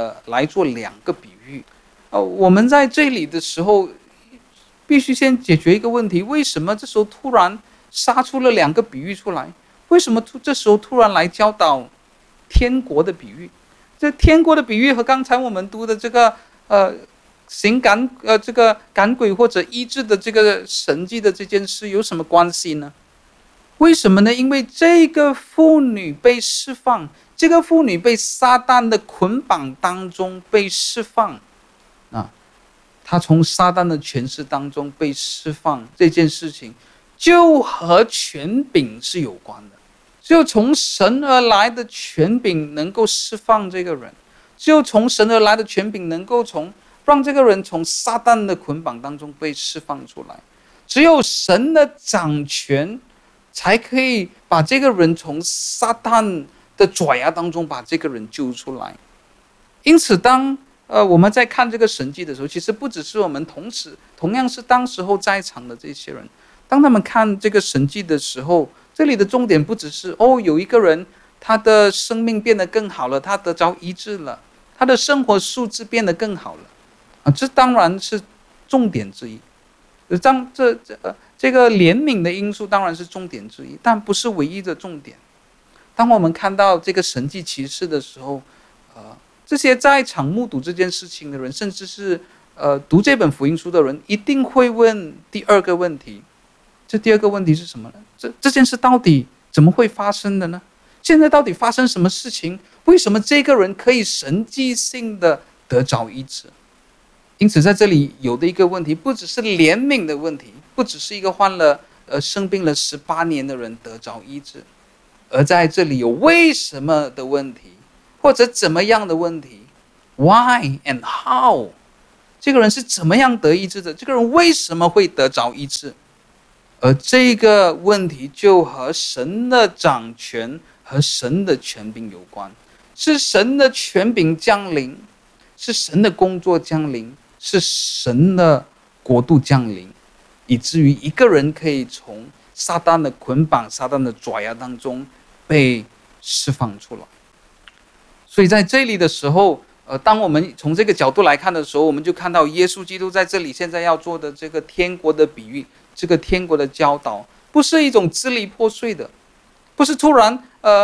Speaker 1: 2个比喻我们在这里的时候必须先解决一个问题：为什么这时候突然杀出了2个比喻出来？为什么这时候突然来教导天国的比喻？这天国的比喻和刚才我们读的这个这个赶鬼或者医治的这个神迹的这件事有什么关系呢？为什么呢？因为这个妇女被释放，这个妇女被撒旦的捆绑当中被释放她从撒旦的权势当中被释放，这件事情就和权柄是有关的。只有从神而来的权柄能够释放这个人，只有从神而来的权柄能够让这个人从撒旦的捆绑当中被释放出来。只有神的掌权才可以把这个人从撒旦的爪牙当中把这个人救出来。因此当我们在看这个神迹的时候，其实不只是我们同样是当时候在场的这些人，当他们看这个神迹的时候，这里的重点不只是有一个人他的生命变得更好了，他得着医治了，他的生活素质变得更好了这当然是重点之一。这个怜悯的因素当然是重点之一，但不是唯一的重点。当我们看到这个神迹奇事的时候这些在场目睹这件事情的人，甚至是读这本福音书的人，一定会问第2个问题。这第2个问题是什么呢？这件事到底怎么会发生的呢？现在到底发生什么事情？为什么这个人可以神迹性的得着医治？因此在这里有的一个问题，不只是怜悯的问题，不只是一个患了生病了18年的人得着医治，而在这里有为什么的问题，或者怎么样的问题。 Why and how？ 这个人是怎么样得医治的？这个人为什么会得着医治？而这个问题就和神的掌权和神的权柄有关，是神的权柄降临，是神的工作降临，是神的国度降临，以至于一个人可以从撒旦的捆绑、撒旦的爪牙当中被释放出来。所以在这里的时候当我们从这个角度来看的时候，我们就看到耶稣基督在这里现在要做的这个天国的比喻，这个天国的教导，不是一种支离破碎的，不是突然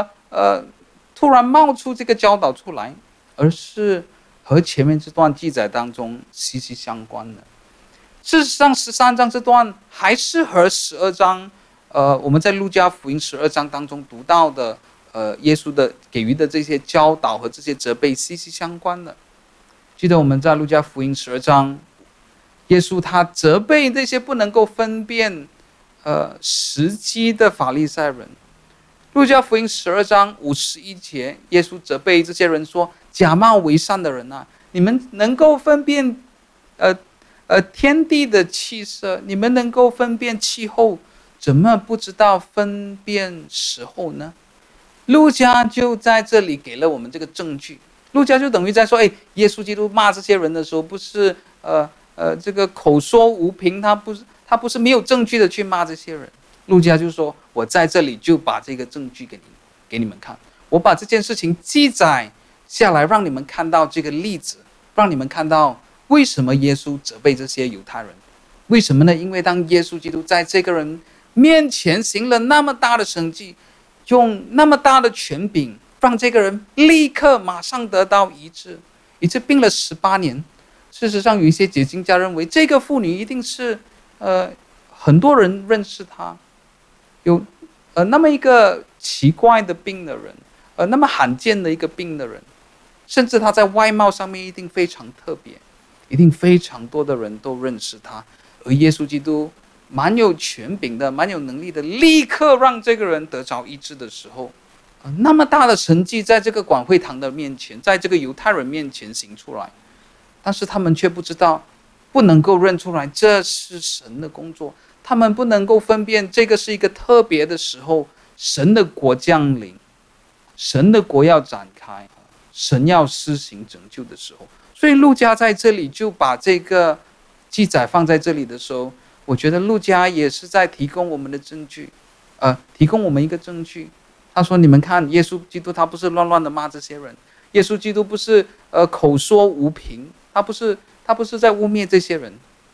Speaker 1: 冒出这个教导出来，而是和前面这段记载当中息息相关的。事实上，13章这段还是和12章，我们在路加福音12章当中读到的，耶稣的给予的这些教导和这些责备息息相关的。记得我们在路加福音12章，耶稣他责备那些不能够分辨时机的法利赛人。路加福音12章51节，耶稣责备这些人说：假冒为善的人啊，你们能够分辨天地的气色，你们能够分辨气候，怎么不知道分辨时候呢？路加就在这里给了我们这个证据。路加就等于在说，耶稣基督骂这些人的时候，不是这个口说无凭，他不是没有证据的去骂这些人。路加就说，我在这里就把这个证据给你们看，我把这件事情记载下来，让你们看到这个例子，让你们看到为什么耶稣责备这些犹太人。为什么呢？因为当耶稣基督在这个人面前行了那么大的神迹，用那么大的权柄，让这个人立刻马上得到医治，以致病了18年。事实上，有一些解经家认为，这个妇女一定是很多人认识她，有那么一个奇怪的病的人，那么罕见的一个病的人，甚至她在外貌上面一定非常特别，一定非常多的人都认识她。而耶稣基督蛮有权柄的，蛮有能力的，立刻让这个人得着医治的时候，那么大的神迹在这个管会堂的面前，在这个犹太人面前行出来，但是他们却不知道，不能够认出来这是神的工作，他们不能够分辨这个是一个特别的时候，神的国降临，神的国要展开，神要施行拯救的时候。所以路加在这里就把这个记载放在这里的时候，我觉得路加也是在提供我们的证据，提供我们一个证据。他说：你们看，耶稣基督他不是乱乱的骂这些人，耶稣基督不是口说无凭，他不是在污蔑这些人。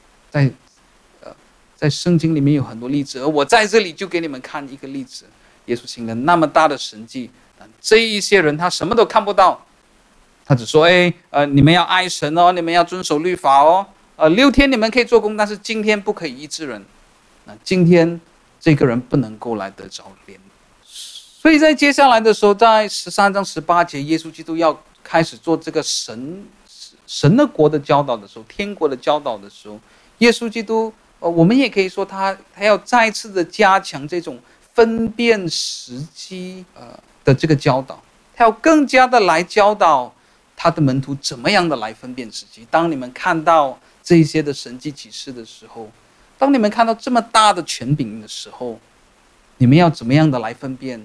Speaker 1: 在圣经里面有很多例子，而我在这里就给你们看一个例子。耶稣行了那么大的神迹，但这一些人他什么都看不到，他只说：你们要爱神哦，你们要遵守律法哦。6天你们可以做工，但是今天不可以医治人。今天这个人不能够来得着怜悯。所以在接下来的时候，在13章18节，耶稣基督要开始做这个神的国的教导的时候，天国的教导的时候，耶稣基督，我们也可以说他要再次的加强这种分辨时机的这个教导，他要更加的来教导他的门徒怎么样的来分辨时机。当你们看到这些的神迹启示的时候，当你们看到这么大的权柄的时候，你们要怎么样的来分辨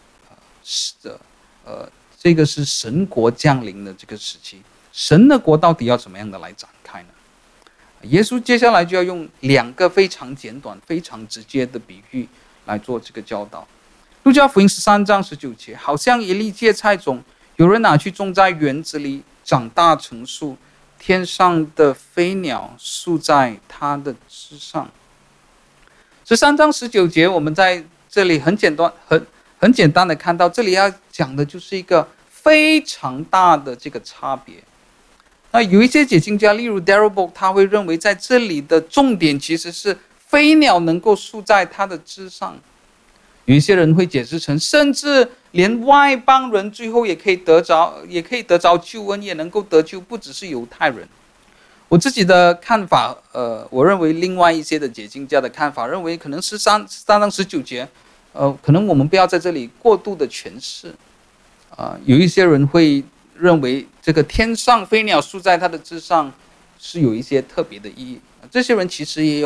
Speaker 1: 这个是神国降临的这个时期，神的国到底要怎么样的来展开呢？耶稣接下来就要用2个非常简短非常直接的比喻来做这个教导。路加福音13章19节，好像一粒芥菜种，有人拿去种在园子里，长大成树，天上的飞鸟宿在它的枝上。13章19节，我们在这里很简单的看到，这里要讲的就是一个非常大的这个差别。那有一些解经家，例如 Darrell， 他会认为在这里的重点其实是飞鸟能够宿在它的枝上。有一些人会解释成，甚至连外邦人最后也可以得着救恩，也能够得救，不只是犹太人。我自己的看法，我认为另外一些的解经家的看法，认为可能13章19节，可能我们不要在这里过度的诠释。有一些人会认为这个天上飞鸟宿在它的枝上是有一些特别的意义。这些人其实也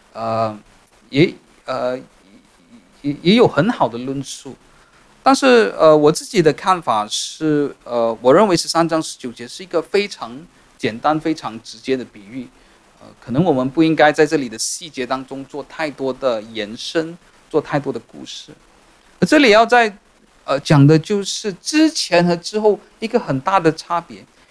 Speaker 1: 有很好的论述，但是我自己的看法是，我认为13章19节是一个非常简单非常直接的比喻。可能我们不应该在这里的细节当中做太多的延伸，做太多的故事。这里要讲的就是之前和之后一个很大的差别。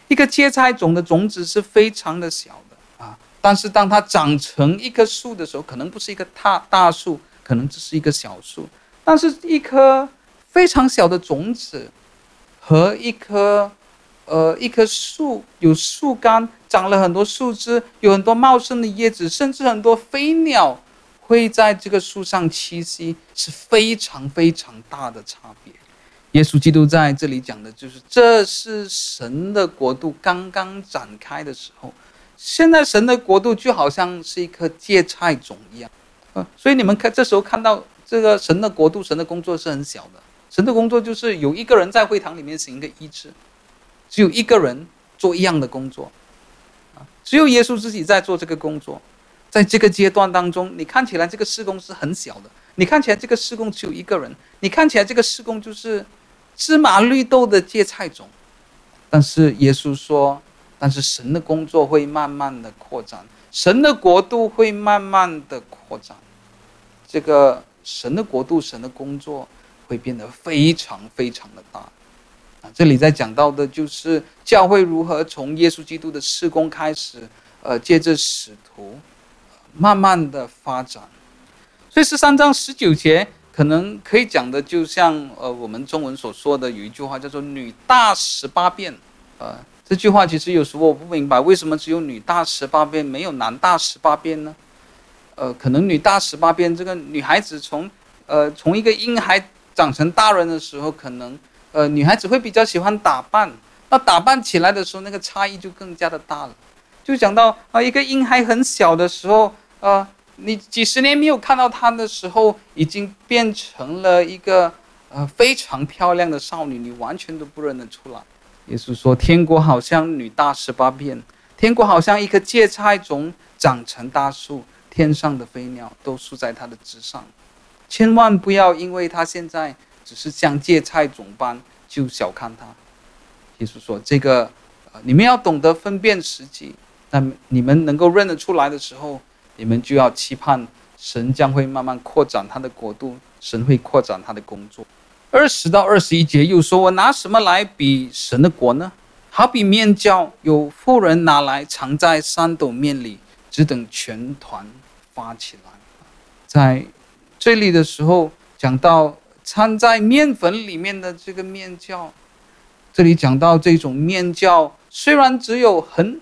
Speaker 1: 一个芥菜种的种子是非常的小的啊，但是当它长成一棵树的时候，可能不是一个大树，可能只是一个小树，但是一颗非常小的种子和一棵树，有树干，长了很多树枝，有很多茂盛的叶子，甚至很多飞鸟会在这个树上栖息，是非常非常大的差别。耶稣基督在这里讲的就是，这是神的国度刚刚展开的时候。现在神的国度就好像是一颗芥菜种一样，所以你们看，这时候看到这个神的国度，神的工作是很小的。神的工作就是有一个人在会堂里面行一个医治，只有一个人做一样的工作，只有耶稣自己在做这个工作。在这个阶段当中，你看起来这个事工是很小的，你看起来这个事工只有一个人，你看起来这个事工就是芝麻绿豆的芥菜种，但是耶稣说，但是神的工作会慢慢的扩展，神的国度会慢慢的扩展，这个神的国度，神的工作会变得非常非常的大。这里在讲到的就是教会如何从耶稣基督的事工开始，借着使徒慢慢的发展。所以13章19节可能可以讲的，就像我们中文所说的有一句话叫做女大18变。这句话其实有时候我不明白，为什么只有女大18变，没有男大18变呢？可能女大18变，这个女孩子从一个婴孩长成大人的时候，可能女孩子会比较喜欢打扮，那打扮起来的时候，那个差异就更加的大了。就讲到一个婴孩很小的时候，你几十年没有看到她的时候，已经变成了一个非常漂亮的少女，你完全都不认得出来。耶稣说，天国好像女大18变，天国好像一颗芥菜种长成大树，天上的飞鸟都宿在它的枝上。千万不要因为它现在只是像芥菜种般就小看它。耶稣说，这个你们要懂得分辨时机，那你们能够认得出来的时候，你们就要期盼神将会慢慢扩展他的国度，神会扩展他的工作。20到21节又说，我拿什么来比神的国呢？好比面酵，有妇人拿来藏在3斗面里，只等全团发起来。在这里的时候讲到掺在面粉里面的这个面酵，这里讲到这种面酵虽然只有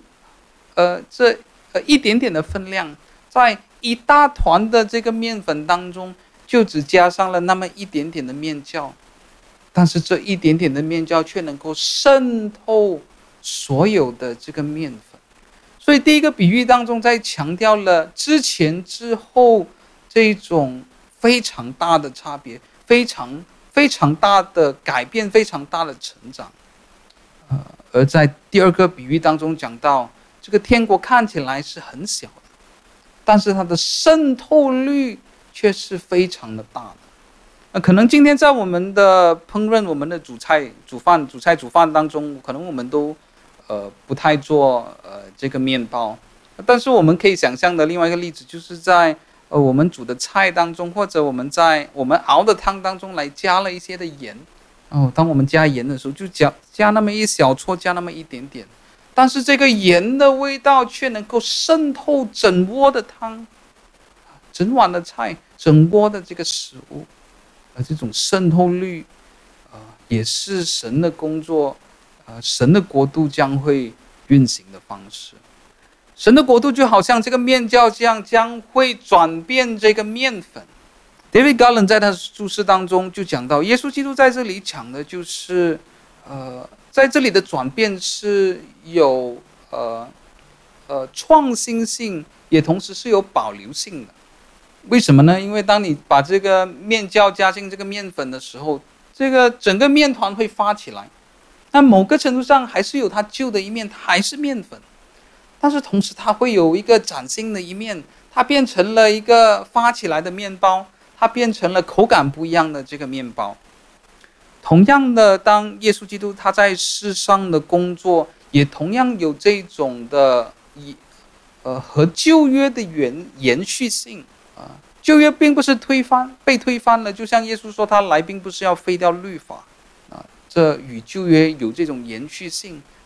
Speaker 1: 一点点的分量，在一大团的这个面粉当中就只加上了那么一点点的面酵，但是这一点点的面酵却能够渗透所有的这个面粉。所以第一个比喻当中在强调了之前之后这种非常大的差别，非常非常大的改变，非常大的成长。而在第二个比喻当中讲到，这个天国看起来是很小的，但是它的渗透率却是非常的大的。可能今天在我们的烹饪，我们的煮菜煮饭当中，可能我们都不太做这个面包，但是我们可以想象的另外一个例子，就是在我们煮的菜当中，或者我们熬的汤当中来加了一些的盐。当我们加盐的时候，就加那么一小撮，加那么一点点，但是这个盐的味道却能够渗透整锅的汤，整碗的菜，整锅的这个食物。而这种渗透率也是神的工作，神的国度将会运行的方式。神的国度就好像这个面酵这样，将会转变这个面粉。David Garland 在他的注释当中就讲到，耶稣基督在这里讲的就是，在这里的转变是有创新性，也同时是有保留性的。为什么呢？因为当你把这个面酵加进这个面粉的时候，这个整个面团会发起来，那某个程度上还是有它旧的一面，它还是面粉，但是同时它会有一个崭新的一面，它变成了一个发起来的面包，它变成了口感不一样的这个面包。同样的，当耶稣基督他在世上的工作，也同样有这种的和旧约的延续性。旧约并不是被推翻了，就像耶稣说他来并不是要废掉律法，这与旧约有这种延续性，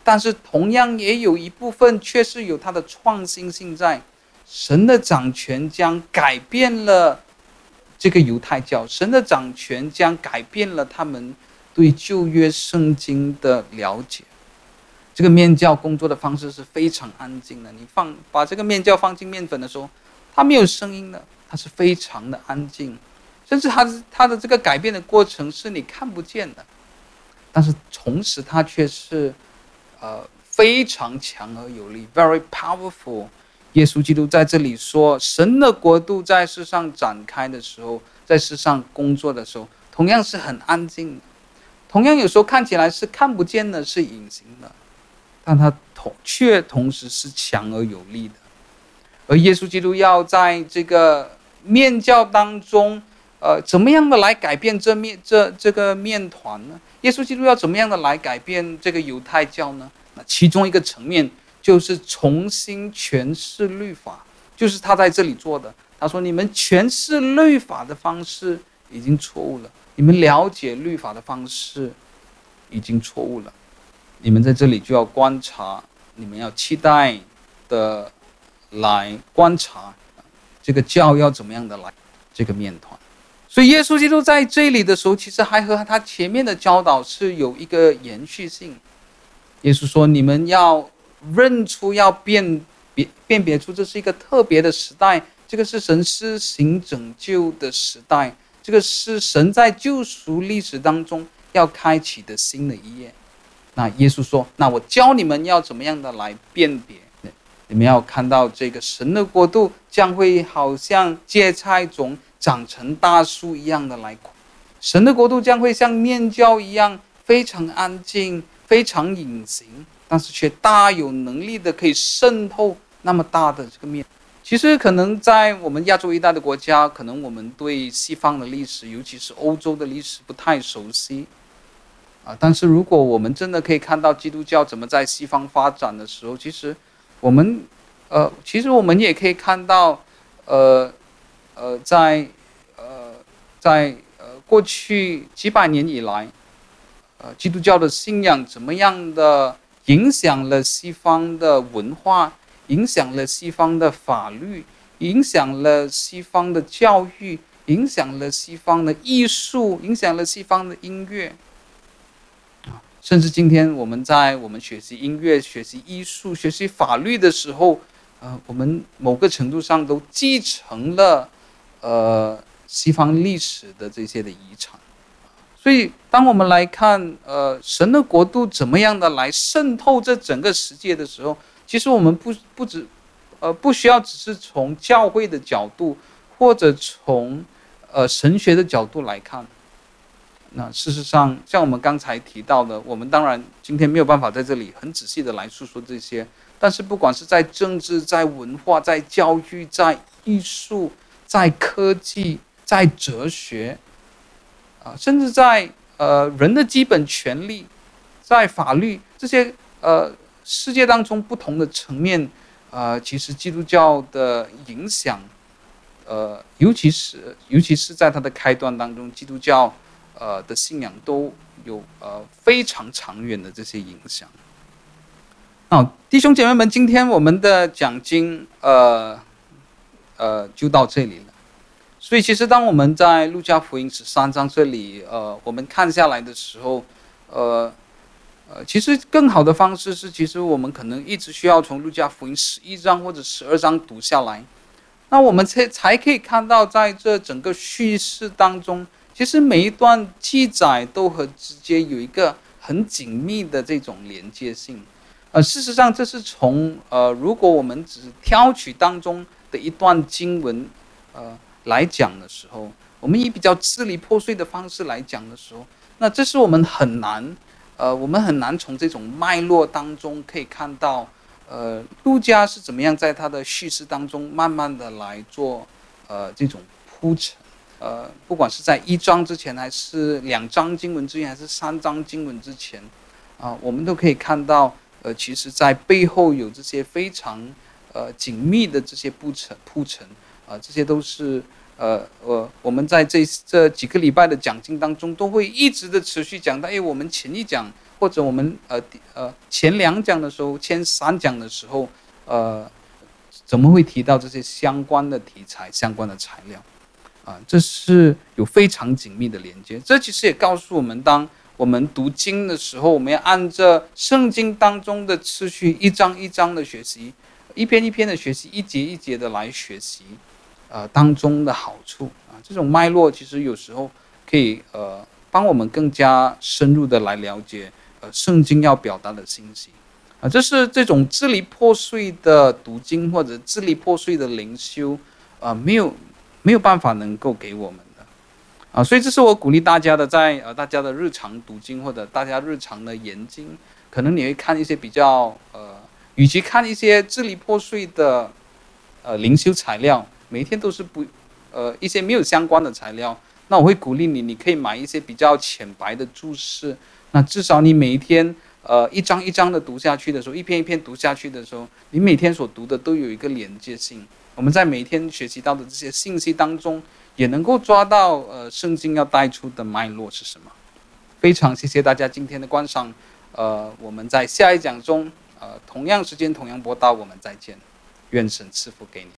Speaker 1: 但是同样也有一部分却是有它的创新性在。神的掌权将改变了这个犹太教，神的掌权将改变了他们对旧约圣经的了解。这个面酵工作的方式是非常安静的，你把这个面酵放进面粉的时候，它没有声音的，它是非常的安静，甚至它的这个改变的过程是你看不见的，但是同时它却是非常强而有力 ，very powerful。耶稣基督在这里说，神的国度在世上展开的时候，在世上工作的时候，同样是很安静的，同样有时候看起来是看不见的，是隐形的，但它却同时是强而有力的。而耶稣基督要在这个面教当中，怎么样的来改变这个面团呢？耶稣基督要怎么样的来改变这个犹太教呢？那其中一个层面就是重新诠释律法，就是他在这里做的。他说：“你们诠释律法的方式已经错误了，你们了解律法的方式已经错误了。你们在这里就要观察，你们要期待的来观察这个教要怎么样的来这个面团。”所以耶稣基督在这里的时候，其实还和他前面的教导是有一个延续性。耶稣说：“你们要认出，要辨别出，这是一个特别的时代，这个是神施行拯救的时代，这个是神在救赎历史当中要开启的新的一页。”那耶稣说：“那我教你们要怎么样的来辨别？你们要看到这个神的国度将会好像芥菜种长成大树一样的来，神的国度将会像面酵一样非常安静，非常隐形，但是却大有能力的可以渗透那么大的这个面。”其实可能在我们亚洲一带的国家，可能我们对西方的历史，尤其是欧洲的历史不太熟悉但是如果我们真的可以看到基督教怎么在西方发展的时候，其实我们也可以看到在过去几百年以来基督教的信仰怎么样的影响了西方的文化，影响了西方的法律，影响了西方的教育，影响了西方的艺术，影响了西方的音乐甚至今天我们学习音乐、学习艺术、学习法律的时候我们某个程度上都继承了西方历史的这些的遗产。所以当我们来看神的国度怎么样的来渗透这整个世界的时候，其实我们不需要只是从教会的角度或者从神学的角度来看。那事实上像我们刚才提到的，我们当然今天没有办法在这里很仔细的来述说这些，但是不管是在政治、在文化、在教育、在艺术、在科技、在哲学甚至在人的基本权利、在法律这些世界当中不同的层面其实基督教的影响尤其是在它的开端当中，基督教的信仰都有非常长远的这些影响。弟兄姐妹们，今天我们的讲经就到这里了。所以其实当我们在路加福音13章这里我们看下来的时候其实更好的方式是，其实我们可能一直需要从路加福音11章或者12章读下来，那我们才可以看到在这整个叙事当中，其实每一段记载都和直接有一个很紧密的这种连接性事实上这是从如果我们只挑取当中的一段经文来讲的时候，我们以比较支离破碎的方式来讲的时候，那这是我们很难从这种脉络当中可以看到路加是怎么样在他的叙事当中慢慢的来做这种铺陈不管是在1章之前，还是2章经文之前，还是3章经文之前我们都可以看到其实在背后有这些非常紧密的这些铺陈这些都是我们在这几个礼拜的讲经当中，都会一直的持续讲到，我们前一讲或者我们前2讲的时候，前3讲的时候，怎么会提到这些相关的题材、相关的材料？这是有非常紧密的连接。这其实也告诉我们，当我们读经的时候，我们要按着圣经当中的次序，一章一章的学习，一篇一篇的学习，一节一节的来学习。当中的好处这种脉络其实有时候可以帮我们更加深入的来了解圣经要表达的信息这是这种支离破碎的读经或者支离破碎的灵修没有办法能够给我们的所以这是我鼓励大家的，在大家的日常读经或者大家日常的研经，可能你会看一些比较与其看一些支离破碎的灵修材料，每一天都是一些没有相关的材料，那我会鼓励你可以买一些比较浅白的注释，那至少你每一天一章一章的读下去的时候，一篇一篇读下去的时候，你每天所读的都有一个连接性。我们在每天学习到的这些信息当中，也能够抓到圣经要带出的脉络是什么。非常谢谢大家今天的观赏，我们在下一讲中同样时间同样播道，我们再见，愿神赐福给你。